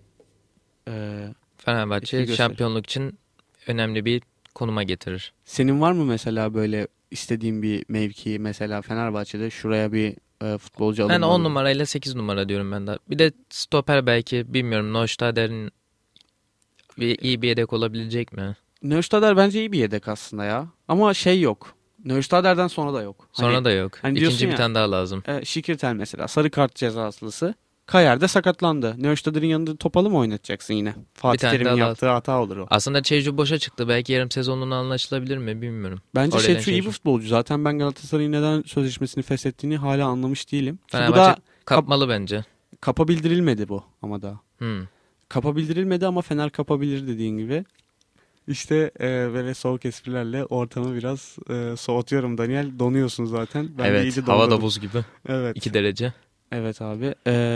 Fenerbahçe gösterir. şampiyonluk için önemli bir konuma getirir. Senin var mı mesela böyle istediğin bir mevki, mesela Fenerbahçe'de şuraya bir futbolcu Yani alınmalı? 10 numarayla 8 numara diyorum ben de. Bir de stoper belki bilmiyorum. Neustader'in iyi bir yedek olabilecek mi? Neustader bence iyi bir yedek aslında ya. Ama şey yok. Neustader'den sonra da yok. Sonra da yok. hani diyorsun İkinci bir ya, tane daha lazım. Şikirtel mesela sarı kart cezaslısı. Kayer'de sakatlandı. Neustader'in yanında Topal'ı mı oynatacaksın yine? Fatih tane Terim'in daha yaptığı hata olur o. Aslında Çeycu boşa çıktı. Belki yarım sezonluğuna anlaşılabilir mi bilmiyorum. Bence Aurelien Şetşu iyi bir Şetşu. futbolcu. Zaten ben Galatasaray'ın neden sözleşmesini feshettiğini hala anlamış değilim. Ki bu Fenerbahçe da kapmalı bence. kapa bildirilmedi bu ama daha. Hmm. Kapa bildirilmedi ama Fener kapabilir dediğin gibi. İşte böyle soğuk esprilerle ortamı biraz soğutuyorum Daniel. Donuyorsun zaten. Ben de Evet iyice havada dondum. buz gibi. Evet. 2 derece. Evet abi.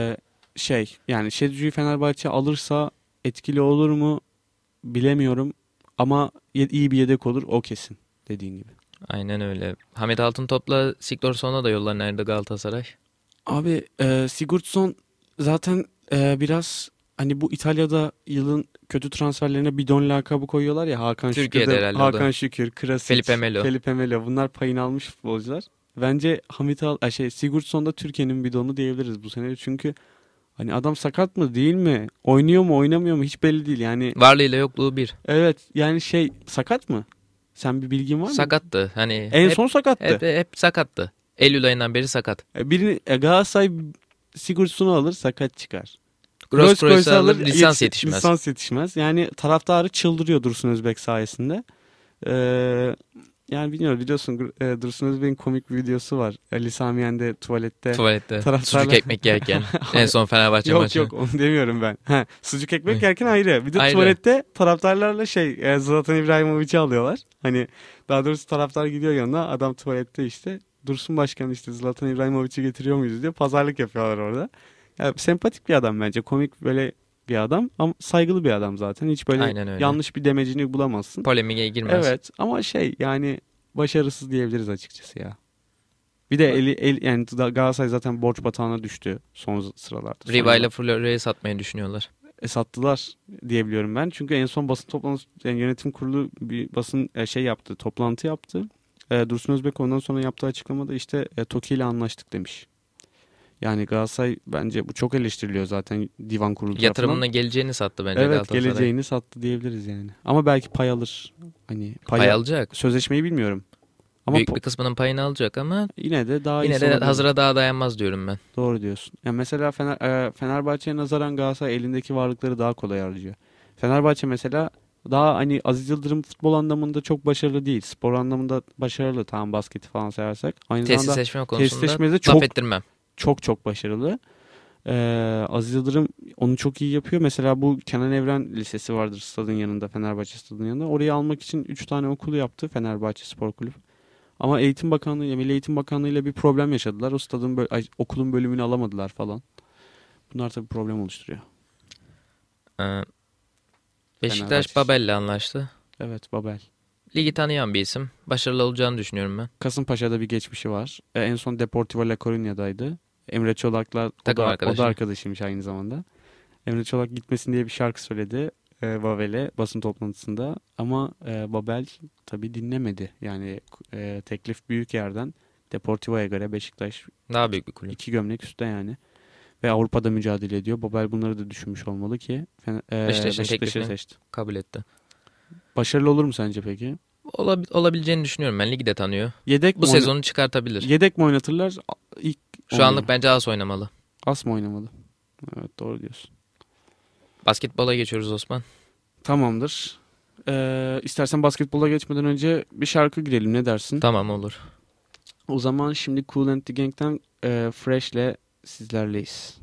Yani Şetşu'yu Fenerbahçe alırsa etkili olur mu bilemiyorum. Ama iyi bir yedek olur o kesin dediğin gibi. Aynen öyle. Hamit Altıntop'la Sigurdsson'a da yollar nerede Galatasaray? Abi Sigurdsson zaten biraz hani bu İtalya'da yılın kötü transferlerine bidon lakabı koyuyorlar ya. Türkiye'de herhalde o da. Hakan Şükür, Krasic, Felipe Melo. Bunlar payını almış futbolcular. Bence Sigurdsson da Türkiye'nin bidonu diyebiliriz bu sene. Çünkü hani adam sakat mı değil mi? Oynuyor mu oynamıyor mu hiç belli değil. Yani Varlığıyla yokluğu bir. evet yani sakat mı? Sen bir bilgin var mı? Sakattı. Hani En son sakattı. hep sakattı. Eylül ayından beri sakat. Galatasaray Sigurdsson'u alır sakat çıkar. Grosskreuz'u alır, lisans yetişmez. Lisans yetişmez. Yani taraftarı çıldırıyor Dursun Özbek sayesinde. Yani bilmiyorum, biliyorsun Dursun Özbek'in komik bir videosu var. Ali Sami Yen'de tuvalette. Sucuk ekmek yerken. En son Fenerbahçe maçı. Yok onu demiyorum ben. Sucuk ekmek yerken ayrı. Bir de Ayrı. tuvalette taraftarlarla Zlatan İbrahimovic'i alıyorlar. Hani daha doğrusu taraftar gidiyor yanına, adam tuvalette işte. Dursun Başkan işte Zlatan İbrahimovic'i getiriyor muyuz diye pazarlık yapıyorlar orada. Yani sempatik bir adam bence. Komik böyle bir adam ama saygılı bir adam zaten. Hiç böyle yanlış bir demecini bulamazsın. Polemiğe girmez. Evet ama yani başarısız diyebiliriz açıkçası ya. Bir de yani Galatasaray zaten borç batağına düştü son sıralarda. Riva ile Florya'yı satmayı düşünüyorlar. Sattılar diyebiliyorum ben. Çünkü en son basın toplantısı, yani yönetim kurulu bir basın yaptı, toplantı yaptı. Dursun Özbek ondan sonra yaptığı açıklamada işte TOKİ ile anlaştık demiş. Yani Galatasaray, bence bu çok eleştiriliyor zaten divan kurulu tarafından. Yatırımına geleceğini sattı bence evet, Galatasaray. Evet, geleceğini sattı diyebiliriz yani. Ama belki pay alır. Hani pay alacak. Sözleşmeyi bilmiyorum. Ama büyük bir kısmının payını alacak ama yine de daha yine de hazıra daha dayanmaz diyorum ben. Doğru diyorsun. Yani mesela Fenerbahçe'ye nazaran Galatasaray elindeki varlıkları daha kolay harcıyor. Fenerbahçe mesela daha hani Aziz Yıldırım futbol anlamında çok başarılı değil. Spor anlamında başarılı, tamam, basketi falan seversek. Aynı tesisleşme konusunda laf ettirmem. Çok başarılı. Aziz Yıldırım onu çok iyi yapıyor. Mesela bu Kenan Evren Lisesi vardır stadın yanında, Fenerbahçe stadının yanında. Orayı almak için 3 tane okulu yaptı Fenerbahçe Spor Kulübü. Ama Eğitim Bakanlığı, Milli Eğitim Bakanlığı ile bir problem yaşadılar. O stadın okulun bölümünü alamadılar falan. Bunlar tabii problem oluşturuyor. Beşiktaş Babel'le anlaştı. Evet, Babel. Ligi tanıyan bir isim. Başarılı olacağını düşünüyorum ben. Kasımpaşa'da bir geçmişi var. En son Deportivo La Coruña'daydı. Emre Çolak'la o da arkadaşıymış aynı zamanda. Emre Çolak gitmesin diye bir şarkı söyledi Babel'e basın toplantısında. Ama Babel tabii dinlemedi. Yani teklif büyük yerden. Deportivo'ya göre Beşiktaş daha büyük bir kulüp. 2 gömlek üstte yani. Ve Avrupa'da mücadele ediyor. Babel bunları da düşünmüş olmalı ki Beşiktaş'ı seçti. Kabul etti. Başarılı olur mu sence peki? Olabileceğini düşünüyorum. Ben ligi de tanıyor. Bu sezonu çıkartabilir. Yedek mi oynatırlar? Şu anlık bence az oynamalı. Az mı oynamalı? Evet, doğru diyorsun. Basketbola geçiyoruz Osman. Tamamdır. İstersen basketbola geçmeden önce bir şarkı girelim, ne dersin? Tamam, olur. O zaman şimdi Kool and the Gang'ten Fresh'le sizlerleyiz.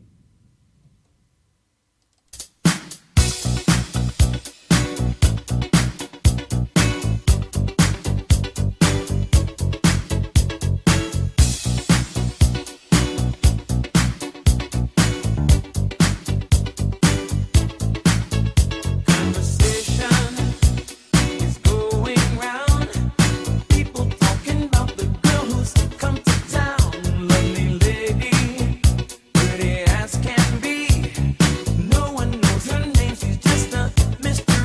Mystery.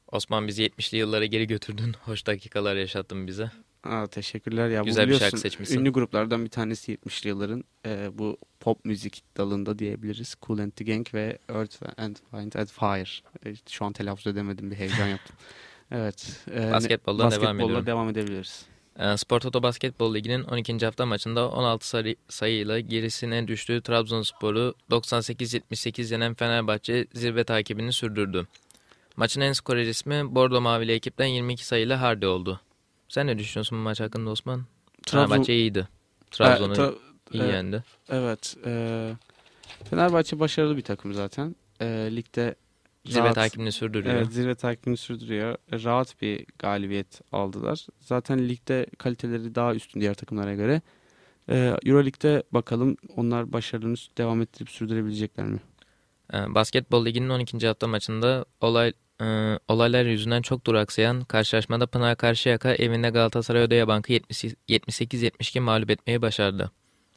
Osman, bizi 70'li yıllara geri götürdün. Hoş dakikalar yaşattın bize. Teşekkürler ya. Güzel Bu bir şarkı biliyorsun seçmişsin. ünlü gruplardan bir tanesi 70'li yılların bu pop müzik dalında diyebiliriz. Kool and the Gang ve Earth and Wind and Fire. Şu an telaffuz edemedim, bir heyecan yaptım. Evet. Basketboldan devam basketbolla ediyorum. devam edebiliriz. Spor Toto Basketbol Ligi'nin 12. hafta maçında 16 sayıyla gerisine düştüğü Trabzonspor'u 98-78 yenen Fenerbahçe zirve takibini sürdürdü. Maçın en skorer ismi Bordo Mavili ekipten 22 sayıyla Hardy oldu. Sen ne düşünüyorsun bu maç hakkında Osman? Fenerbahçe iyiydi. Trabzon'u iyi yendi. Evet. Fenerbahçe başarılı bir takım zaten. Ligde Zirve takibini sürdürüyor. Evet, zirve takibini sürdürüyor. Rahat bir galibiyet aldılar. Zaten ligde kaliteleri daha üstün diğer takımlara göre. Euroleague'de bakalım onlar başarılarını devam ettirip sürdürebilecekler mi? Basketbol Ligi'nin 12. hafta maçında olaylar yüzünden çok duraksayan karşılaşmada Pınar Karşıyaka evinde Galatasaray Odeyabank'ı 78-72 mağlup etmeyi başardı.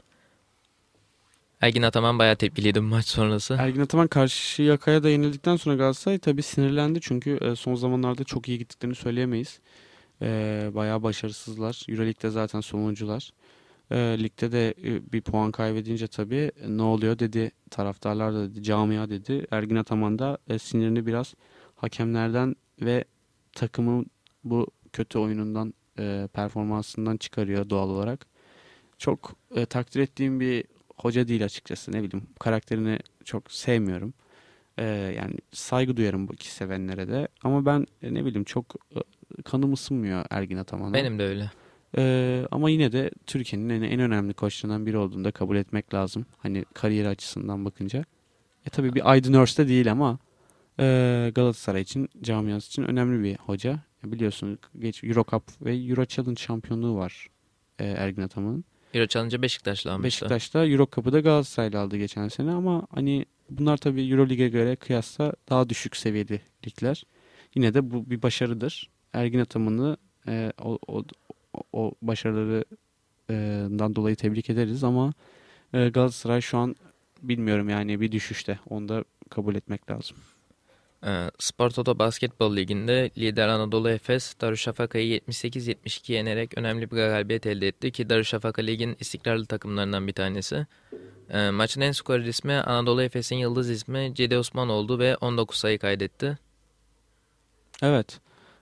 Ergin Ataman bayağı tepkiliydi bu maç sonrası. Ergin Ataman Karşıyaka'ya da yenildikten sonra Galatasaray tabii sinirlendi. Çünkü son zamanlarda çok iyi gittiklerini söyleyemeyiz. Bayağı başarısızlar. Euroleague'de zaten sonuncular. Ligde de bir puan kaybedince tabii ne oluyor dedi. Taraftarlar da dedi, camia dedi. Ergin Ataman da sinirini biraz hakemlerden ve takımın bu kötü oyunundan, performansından çıkarıyor doğal olarak. Çok takdir ettiğim bir hoca değil açıkçası, ne bileyim. Karakterini çok sevmiyorum. Yani saygı duyarım bu iki sevenlere de. Ama ben ne bileyim çok kanım ısınmıyor Ergin Ataman'a. Benim de öyle. Ama yine de Türkiye'nin en önemli koçlarından biri olduğunu da kabul etmek lazım. Hani kariyer açısından bakınca. Tabii bir Aydın Örste değil ama Galatasaray için, camiası için önemli bir hoca. Biliyorsunuz Euro Cup ve Euro Challenge şampiyonluğu var Ergin Ataman'ın. Euro Challenge'ı Beşiktaş'la almıştı. Beşiktaş'ta Euro Cup'ı da Galatasaray'la aldı geçen sene ama hani bunlar tabii Euro Lig'e göre kıyasla daha düşük seviyeli ligler. Yine de bu bir başarıdır. Ergin Ataman'ı o başarılarından dolayı tebrik ederiz ama Galatasaray şu an bilmiyorum yani bir düşüşte. Onu da kabul etmek lazım. Spor Toto Basketbol Ligi'nde lider Anadolu Efes Darüşşafaka'yı 78-72 yenerek önemli bir galibiyet elde etti ki Darüşşafaka Lig'in istikrarlı takımlarından bir tanesi. Maçın en skorer ismi Anadolu Efes'in yıldız ismi Cedi Osman oldu ve 19 sayı kaydetti. Evet.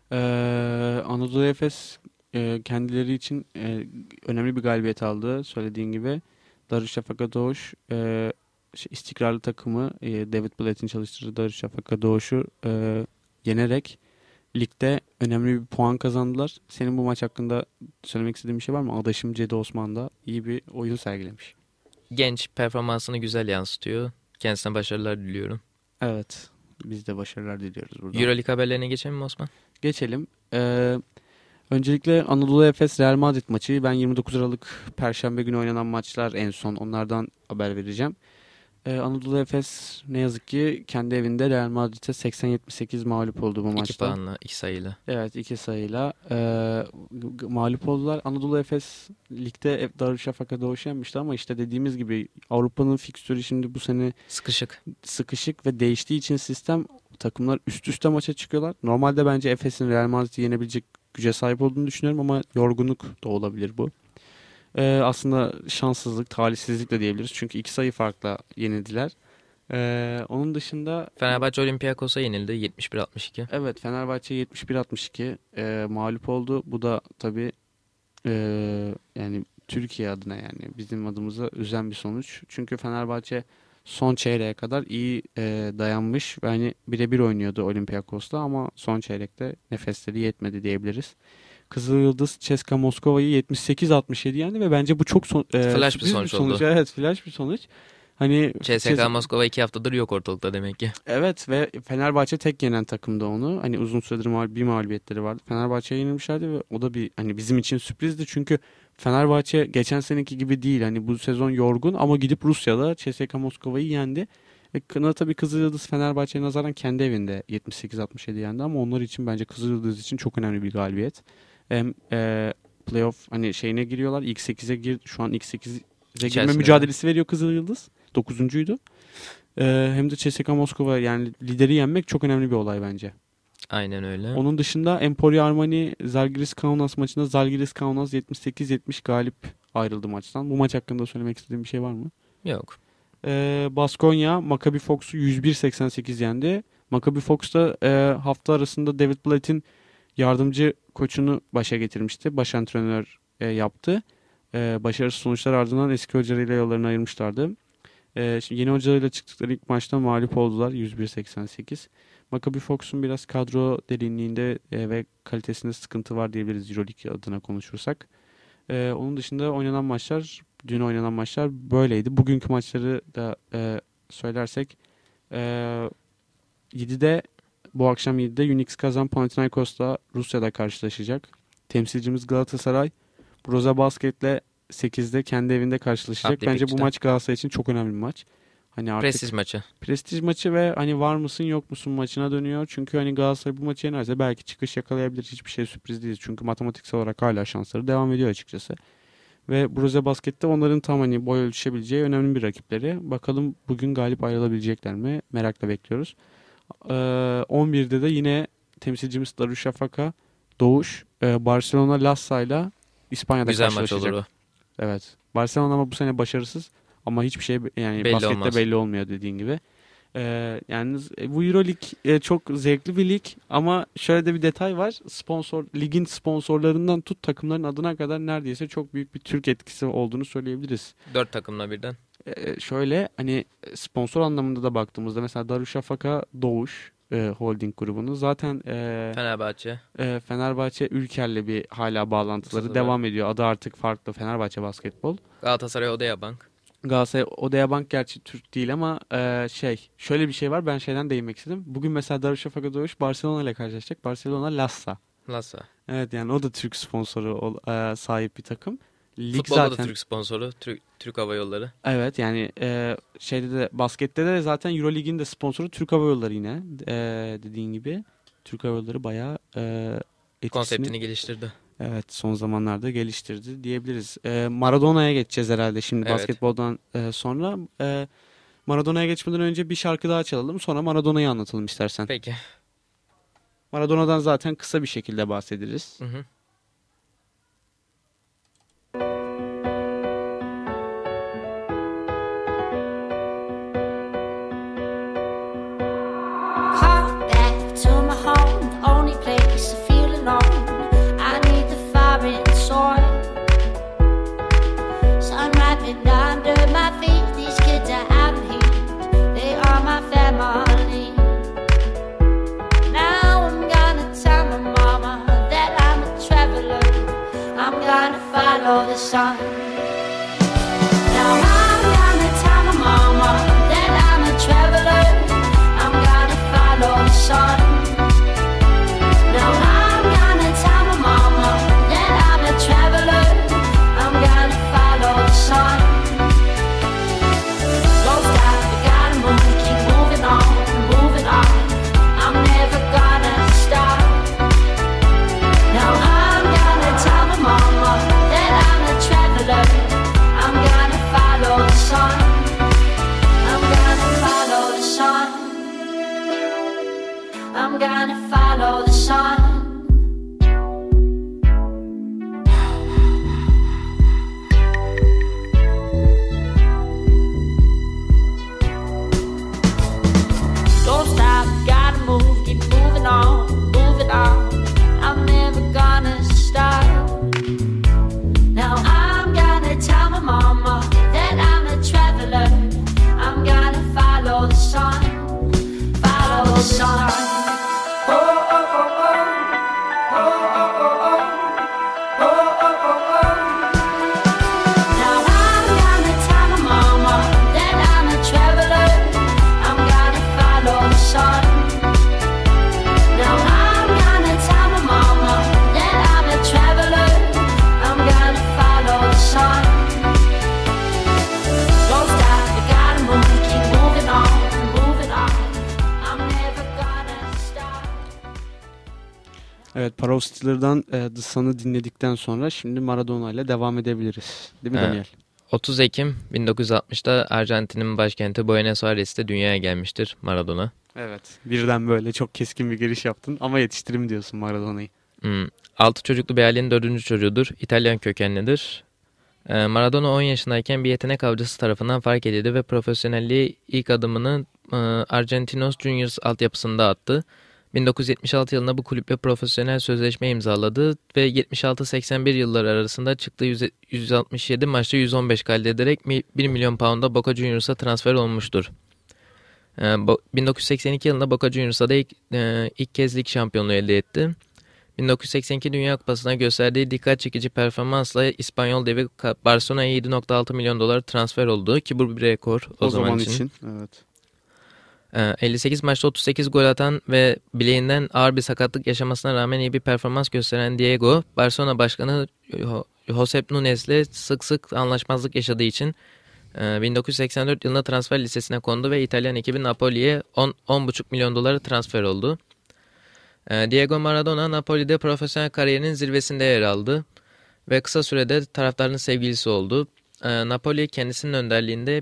Anadolu Efes kendileri için önemli bir galibiyet aldı. Söylediğin gibi Darüşşafaka Doğuş istikrarlı takımı David Blatt'in çalıştırdığı Darüşşafaka Doğuş'u yenerek ligde önemli bir puan kazandılar. Senin bu maç hakkında söylemek istediğin bir şey var mı? Adaşım Cedi Osman da iyi bir oyun sergilemiş. Genç, performansını güzel yansıtıyor. Kendisine başarılar diliyorum. Evet. Biz de başarılar diliyoruz burada. Euroleague haberlerine geçelim mi Osman? Geçelim. Öncelikle Anadolu Efes Real Madrid maçı. Ben 29 Aralık Perşembe günü oynanan maçlar en son. Onlardan haber vereceğim. Anadolu Efes ne yazık ki kendi evinde Real Madrid'e 80-78 mağlup oldu bu maçta. 2 puanla, 2 sayıyla. Evet, 2 sayıyla mağlup oldular. Anadolu Efes ligde Darüşşafaka Doğuş'u yenmişti ama işte dediğimiz gibi Avrupa'nın fikstürü şimdi bu sene sıkışık ve değiştiği için sistem, takımlar üst üste maça çıkıyorlar. Normalde bence Efes'in Real Madrid'i yenebilecek güce sahip olduğunu düşünüyorum ama yorgunluk da olabilir bu. Aslında şanssızlık, talihsizlik de diyebiliriz. Çünkü 2 sayı farkla yenildiler. Onun dışında Fenerbahçe Olympiakos'a yenildi 71-62. Evet, Fenerbahçe 71-62 mağlup oldu. Bu da tabii yani Türkiye adına, yani bizim adımıza üzen bir sonuç. Çünkü Fenerbahçe son çeyreğe kadar iyi dayanmış ve hani birebir oynuyordu Olympiakos'la ama son çeyrekte nefesleri yetmedi diyebiliriz. Kızılyıldız CSKA Moskova'yı 78-67 yendi ve bence bu çok flash bir sonuç oldu. Evet, flash bir sonuç. Hani CSKA Moskova 2 haftadır yok ortalıkta demek ki. Evet ve Fenerbahçe tek yenen takımda onu. Hani uzun süredir bir mağlubiyetleri vardı. Fenerbahçe'ye yenilmişlerdi ve o da bir hani bizim için sürprizdi. Çünkü Fenerbahçe geçen seneki gibi değil. Hani bu sezon yorgun ama gidip Rusya'da CSKA Moskova'yı yendi. Tabii Kızılyıldız Fenerbahçe'ye nazaran kendi evinde 78-67 yendi ama onlar için bence Kızılyıldız için çok önemli bir galibiyet. Hem playoff hani şeyine giriyorlar. İlk 8'e şu an ilk 8'e girme mücadelesi veriyor Kızılyıldız. 9'uncuydu. Hem de CSKA Moskova, yani lideri yenmek çok önemli bir olay bence. Aynen öyle. Onun dışında Emporio Armani Zalgiris Kaunas maçında Zalgiris Kaunas 78-70 galip ayrıldı maçtan. Bu maç hakkında söylemek istediğim bir şey var mı? Yok. Baskonya Maccabi Fox'u 101-88 yendi. Maccabi Fox da hafta arasında David Blatt'in yardımcı koçunu başa getirmişti. Baş antrenör yaptı. Başarısız sonuçlar ardından eski hocalarıyla yollarını ayırmışlardı. Şimdi yeni hocalarıyla çıktıkları ilk maçta mağlup oldular 101-88. Maccabi Fox'un biraz kadro derinliğinde ve kalitesinde sıkıntı var diyebiliriz Euroleague adına konuşursak. Onun dışında dün oynanan maçlar böyleydi. Bugünkü maçları da söylersek 7'de bu akşam 7'de Unix Kazan Panathinaikos'la Rusya'da karşılaşacak. Temsilcimiz Galatasaray Broza Basket'le 8'de kendi evinde karşılaşacak. Abdi Bence bu Pikç'te. maç Galatasaray için çok önemli bir maç. Hani artık Prestij maçı. prestij maçı ve hani var mısın yok musun maçına dönüyor. Çünkü hani Galatasaray bu maçı yenerse belki çıkış yakalayabilir. Hiçbir şey sürpriz değil. Çünkü matematiksel olarak hala şansları devam ediyor açıkçası. Ve Brose Basket'te onların tam hani boy ölçüşebileceği önemli bir rakipleri. Bakalım bugün galip ayrılabilecekler mi? Merakla bekliyoruz. 11'de de yine temsilcimiz Darüşşafaka Doğuş Barcelona Lassa'yla İspanya'da Güzel maç karşılaşacak. olur o. Evet. Barcelona ama bu sene başarısız ama hiçbir şey yani Belli baskette olmaz. belli olmuyor dediğin gibi. Yalnız bu Euroleague çok zevkli bir lig ama şöyle de bir detay var. Ligin sponsorlarından tut takımların adına kadar neredeyse çok büyük bir Türk etkisi olduğunu söyleyebiliriz. 4 takımla birden. Şöyle hani sponsor anlamında da baktığımızda mesela Darüşşafaka Doğuş holding grubunu zaten Fenerbahçe. Fenerbahçe Ülker'le bir hala bağlantıları Var. devam ediyor. Adı artık farklı, Fenerbahçe Basketbol. Galatasaray Odeya Bank. Galatasaray Odea Bank gerçi Türk değil ama şöyle bir şey var, ben şeyden değinmek istedim. Bugün mesela Darüşşafaka Doğuş Barcelona ile karşılaşacak. Barcelona Lassa. Lassa. Evet yani o da Türk sponsoru sahip bir takım. Lig Futbolda zaten da Türk sponsoru. Türk Hava Yolları. evet yani şeyde de baskette de zaten Euroleague'in de sponsoru Türk Hava Yolları yine. Dediğin gibi Türk Hava Yolları bayağı etkisini Konseptini geliştirdi. evet son zamanlarda geliştirdi diyebiliriz. Maradona'ya geçeceğiz herhalde şimdi Evet. basketboldan sonra. Maradona'ya geçmeden önce bir şarkı daha çalalım. Sonra Maradona'yı anlatalım istersen. Peki. Maradona'dan zaten kısa bir şekilde bahsederiz. Hı hı. Call back to my home, the only place I feel alone. I need the fire and soil. Sun wrapping under my feet. These kids are out of heat. They are my family. Now I'm gonna tell my mama that I'm a traveler. I'm gonna follow the sun. Now I'm gonna tell my mama that I'm a traveler. I'm gonna follow the sun. Now I'm gonna tell my mama that I'm a traveler. I'm gonna follow the sun. Don't stop, you gotta move, keep moving on, moving on. I'm never gonna stop. Now I'm gonna tell my mama that I'm a traveler. I'm gonna follow the sun. I'm gonna follow the sun. I'm gonna follow the sun. Don't stop, gotta move, keep moving on, moving on. I'm never gonna stop. Now I'm gonna tell my mama that I'm a traveler. I'm gonna follow the sun, follow the sun. Oh, oh, oh, oh. Oh, oh, oh, oh. Oh, oh, oh, oh. Now I'm gonna tell my mama that I'm a traveler. I'm gonna follow the sun. Now I'm gonna tell my mama that I'm a traveler. I'm gonna follow the sun. Don't stop, you gotta move, keep moving on, moving on. I'm never gonna stop. Evet, Parov Steeler'dan The Sun'ı dinledikten sonra şimdi Maradona ile devam edebiliriz. Değil mi Evet. Daniel? 30 Ekim 1960'da Arjantin'in başkenti Buenos Aires'te dünyaya gelmiştir Maradona. Evet. Birden böyle çok keskin bir giriş yaptın ama yetiştirim diyorsun Maradona'yı. 6 çocuklu bir ailenin 4. çocuğudur. İtalyan kökenlidir. Maradona 10 yaşındayken bir yetenek avcısı tarafından fark edildi ve profesyonelliğe ilk adımını Argentinos Juniors altyapısında attı. 1976 yılında bu kulüple profesyonel sözleşme imzaladı ve 76-81 yılları arasında çıktığı 167 maçta 115 kaydederek 1 milyon pound'a Boca Juniors'a transfer olmuştur. 1982 yılında Boca Juniors'a da ilk kez lig şampiyonluğu elde etti. 1982 Dünya Kupası'na gösterdiği dikkat çekici performansla İspanyol devi Barcelona'ya 7,6 milyon dolar transfer oldu ki bu bir rekor o zaman için. Evet. 58 maçta 38 gol atan ve bileğinden ağır bir sakatlık yaşamasına rağmen iyi bir performans gösteren Diego, Barcelona Başkanı Josep Nunes'le sık sık anlaşmazlık yaşadığı için 1984 yılında transfer listesine kondu ve İtalyan ekibi Napoli'ye 10,5 milyon dolara transfer oldu. Diego Maradona Napoli'de profesyonel kariyerinin zirvesinde yer aldı ve kısa sürede taraftarının sevgilisi oldu. Napoli kendisinin önderliğinde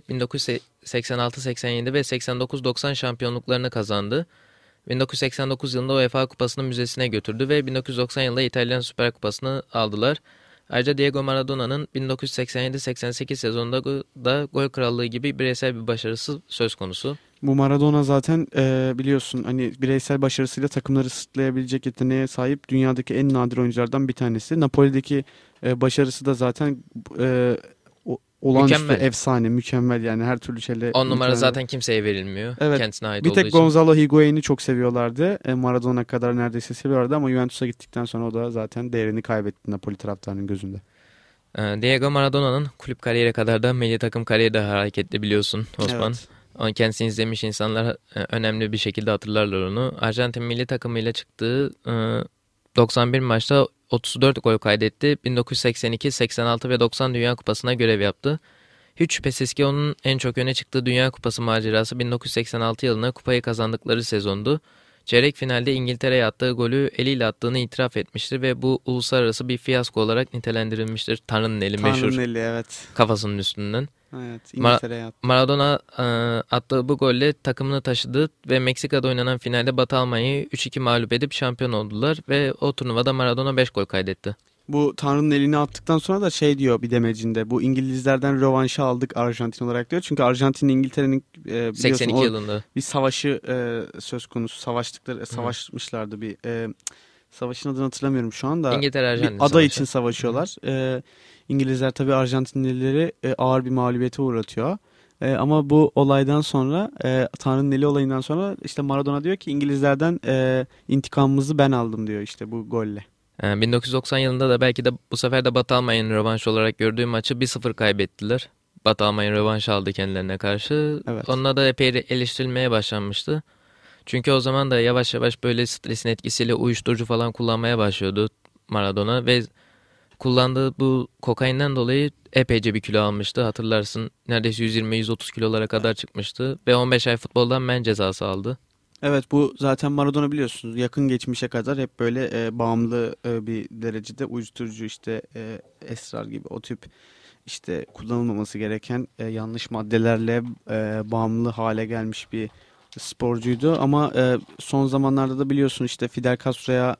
1986-87 ve 89-90 şampiyonluklarını kazandı. 1989 yılında UEFA Kupası'nı müzesine götürdü ve 1990 yılında İtalyan Süper Kupası'nı aldılar. Ayrıca Diego Maradona'nın 1987-88 sezonunda da gol krallığı gibi bireysel bir başarısı söz konusu. Bu Maradona zaten biliyorsun hani bireysel başarısıyla takımları sırtlayabilecek yeteneğe sahip dünyadaki en nadir oyunculardan bir tanesi. Napoli'deki başarısı da zaten olağanüstü, mükemmel. efsane, mükemmel yani her türlü şeyle. 10 numara mükemmel. zaten kimseye verilmiyor. Evet, Kendisine ait bir olduğu tek için. Gonzalo Higuain'i çok seviyorlardı. Maradona kadar neredeyse seviyorlardı ama Juventus'a gittikten sonra o da zaten değerini kaybetti Napoli taraftarının gözünde. Diego Maradona'nın kulüp kariyeri kadar da milli takım kariyeri de hareketli biliyorsun Osman. Evet. Onun kendisini izlemiş insanlar önemli bir şekilde hatırlarlar onu. Arjantin milli takımıyla çıktığı 91 maçta 34 gol kaydetti. 1982, 86 ve 90 Dünya Kupası'na görev yaptı. Hiç şüphesiz ki onun en çok öne çıktığı Dünya Kupası macerası 1986 yılında kupayı kazandıkları sezondu. Çeyrek finalde İngiltere'ye attığı golü eliyle attığını itiraf etmiştir ve bu uluslararası bir fiyasko olarak nitelendirilmiştir. Tanrı'nın eli meşhur. Tanrı'nın eli, evet. Kafasının üstünden. Evet, İngiltere'ye attı. Maradona attığı bu golle takımını taşıdı ve Meksika'da oynanan finalde Batı Almanya'yı 3-2 mağlup edip şampiyon oldular ve o turnuvada Maradona 5 gol kaydetti. Bu Tanrı'nın elini attıktan sonra da şey diyor bir demecinde. Bu İngilizlerden rövanşı aldık Arjantin olarak diyor. Çünkü Arjantin İngiltere'nin 82 yılında bir savaşı söz konusu. Savaşmışlardı bir savaşın adını hatırlamıyorum şu anda. İngiltere-Arjantin bir ada savaşı için savaşıyorlar. İngilizler tabii Arjantinlileri ağır bir mağlubiyete uğratıyor. Ama bu olaydan sonra Tanrı'nın eli olayından sonra işte Maradona diyor ki İngilizlerden intikamımızı ben aldım diyor işte bu golle. 1990 yılında da belki de bu sefer de Batı Almanya'nın rövanşı olarak gördüğü maçı 1-0 kaybettiler. Batı Almanya rövanş aldı kendilerine karşı. Evet. Onunla da epey eleştirilmeye başlanmıştı. Çünkü o zaman da yavaş yavaş böyle stresin etkisiyle uyuşturucu falan kullanmaya başlıyordu Maradona ve kullandığı bu kokainden dolayı epeyce bir kilo almıştı. Hatırlarsın neredeyse 120-130 kilolara kadar çıkmıştı ve 15 ay futboldan men cezası aldı. Evet, bu zaten Maradona biliyorsunuz yakın geçmişe kadar hep böyle bağımlı bir derecede uyuşturucu işte esrar gibi o tip işte kullanılmaması gereken yanlış maddelerle bağımlı hale gelmiş bir sporcuydu. Ama son zamanlarda da biliyorsun işte Fidel Castro'ya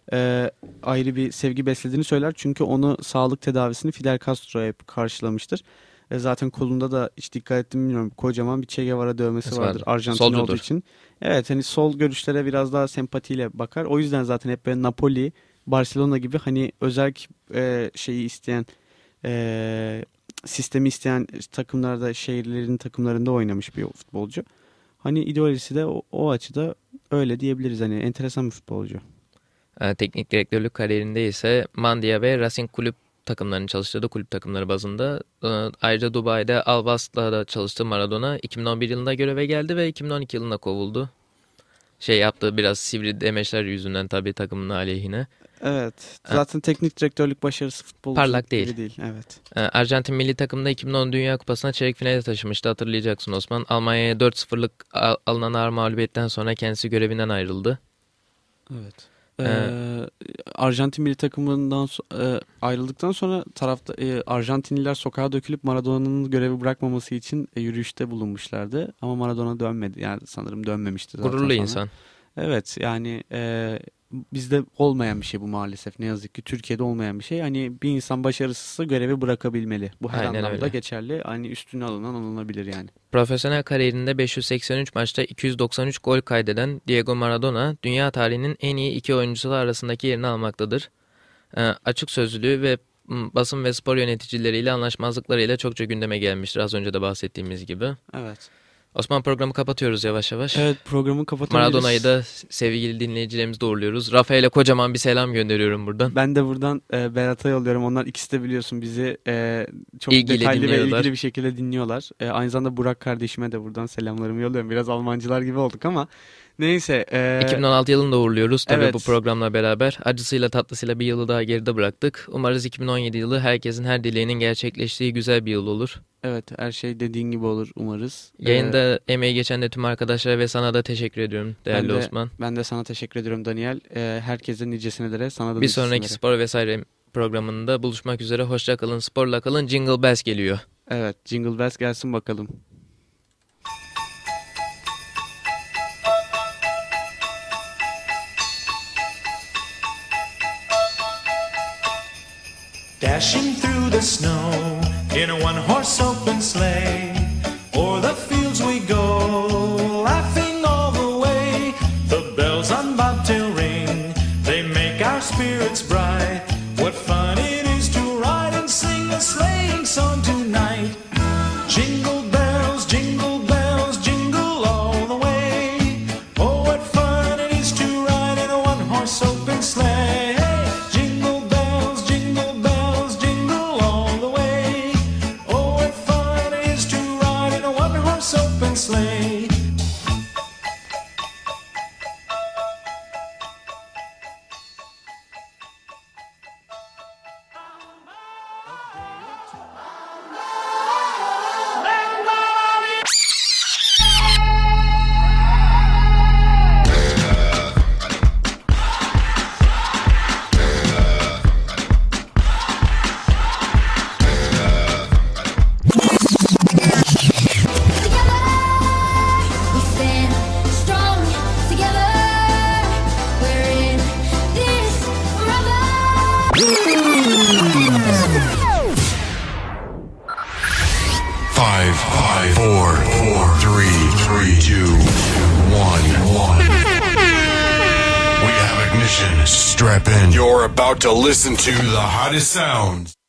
ayrı bir sevgi beslediğini söyler. Çünkü onu sağlık tedavisini Fidel Castro hep karşılamıştır. Zaten kolunda da hiç dikkat ettim bilmiyorum. Kocaman bir Che Guevara dövmesi vardır. Arjantin olduğu için. Evet, hani sol görüşlere biraz daha sempatiyle bakar. O yüzden zaten hep böyle Napoli, Barcelona gibi hani özel şeyi isteyen sistemi isteyen takımlarda, şehirlerin takımlarında oynamış bir futbolcu. Hani ideolojisi de o açıda öyle diyebiliriz. Hani enteresan bir futbolcu. Teknik direktörlük kariyerinde ise Mandia ve Racing Kulüp takımlarını çalıştırdı, kulüp takımları bazında. Ayrıca Dubai'de Al Wasl'da da çalıştı Maradona. 2011 yılında göreve geldi ve 2012 yılında kovuldu. Yaptığı biraz sivri demeçler yüzünden tabii takımın aleyhine. Evet. Zaten teknik direktörlük başarısı futbolcu parlak değil. Evet. Arjantin milli takımda 2010 Dünya Kupası'na çeyrek finale taşımıştı, hatırlayacaksın Osman. Almanya'ya 4-0'lık alınan ağır mağlubiyetten sonra kendisi görevinden ayrıldı. Evet. Arjantin milli takımından ayrıldıktan sonra Arjantinliler sokağa dökülüp Maradona'nın görevi bırakmaması için yürüyüşte bulunmuşlardı. Ama Maradona dönmedi. Yani sanırım dönmemişti zaten. Gururlu insan. Evet, yani bizde olmayan bir şey bu maalesef. Ne yazık ki Türkiye'de olmayan bir şey. Hani bir insan başarısızsa görevi bırakabilmeli. Bu her Aynen anlamda öyle. geçerli. Hani üstüne alınabilir yani. Profesyonel kariyerinde 583 maçta 293 gol kaydeden Diego Maradona, dünya tarihinin en iyi iki oyuncusu arasındaki yerini almaktadır. Açık sözlülüğü ve basın ve spor yöneticileriyle anlaşmazlıklarıyla çokça gündeme gelmiştir, az önce de bahsettiğimiz gibi. Evet. Osman, programı kapatıyoruz yavaş yavaş. Evet, programı kapatabiliriz. Maradona'yı da sevgili dinleyicilerimizi doğruluyoruz. Rafael'e kocaman bir selam gönderiyorum buradan. Ben de buradan Berat'a yolluyorum. Onlar ikisi de biliyorsun bizi çok İlgiyle detaylı ve dinliyorlar. ilgili bir şekilde dinliyorlar. Aynı zamanda Burak kardeşime de buradan selamlarımı yolluyorum. Biraz Almancılar gibi olduk ama neyse. 2016 yılını da uğurluyoruz tabii Evet. bu programla beraber. Acısıyla tatlısıyla bir yılı daha geride bıraktık. Umarız 2017 yılı herkesin her dileğinin gerçekleştiği güzel bir yıl olur. Evet, her şey dediğin gibi olur umarız. Yayında emeği geçen de tüm arkadaşlara ve sana da teşekkür ediyorum değerli Osman. Ben de sana teşekkür ediyorum Daniel. Herkese nice senelere, sana da Bir nice sonraki senelere. spor vesaire programında buluşmak üzere. Hoşça kalın, sporla kalın. Jingle Bells geliyor. Evet, Jingle Bells gelsin bakalım. Dashing through the snow in a one-horse open sleigh, o'er the fields we go, laughing all the way. The bells on bobtail ring, they make our spirits bright. What fun it is to ride and sing a sleighing song tonight. Jingle bells, jingle all the way. Oh, what fun it is to ride in a one-horse open sleigh. Jingle bells, jingle all the way. Oh, what fun it is to ride in a one-horse open sleigh. We stand strong together. We're in this forever. 5, 4, 3, 2, 1. We have ignition. Strap in. You're about to listen to the hottest sounds.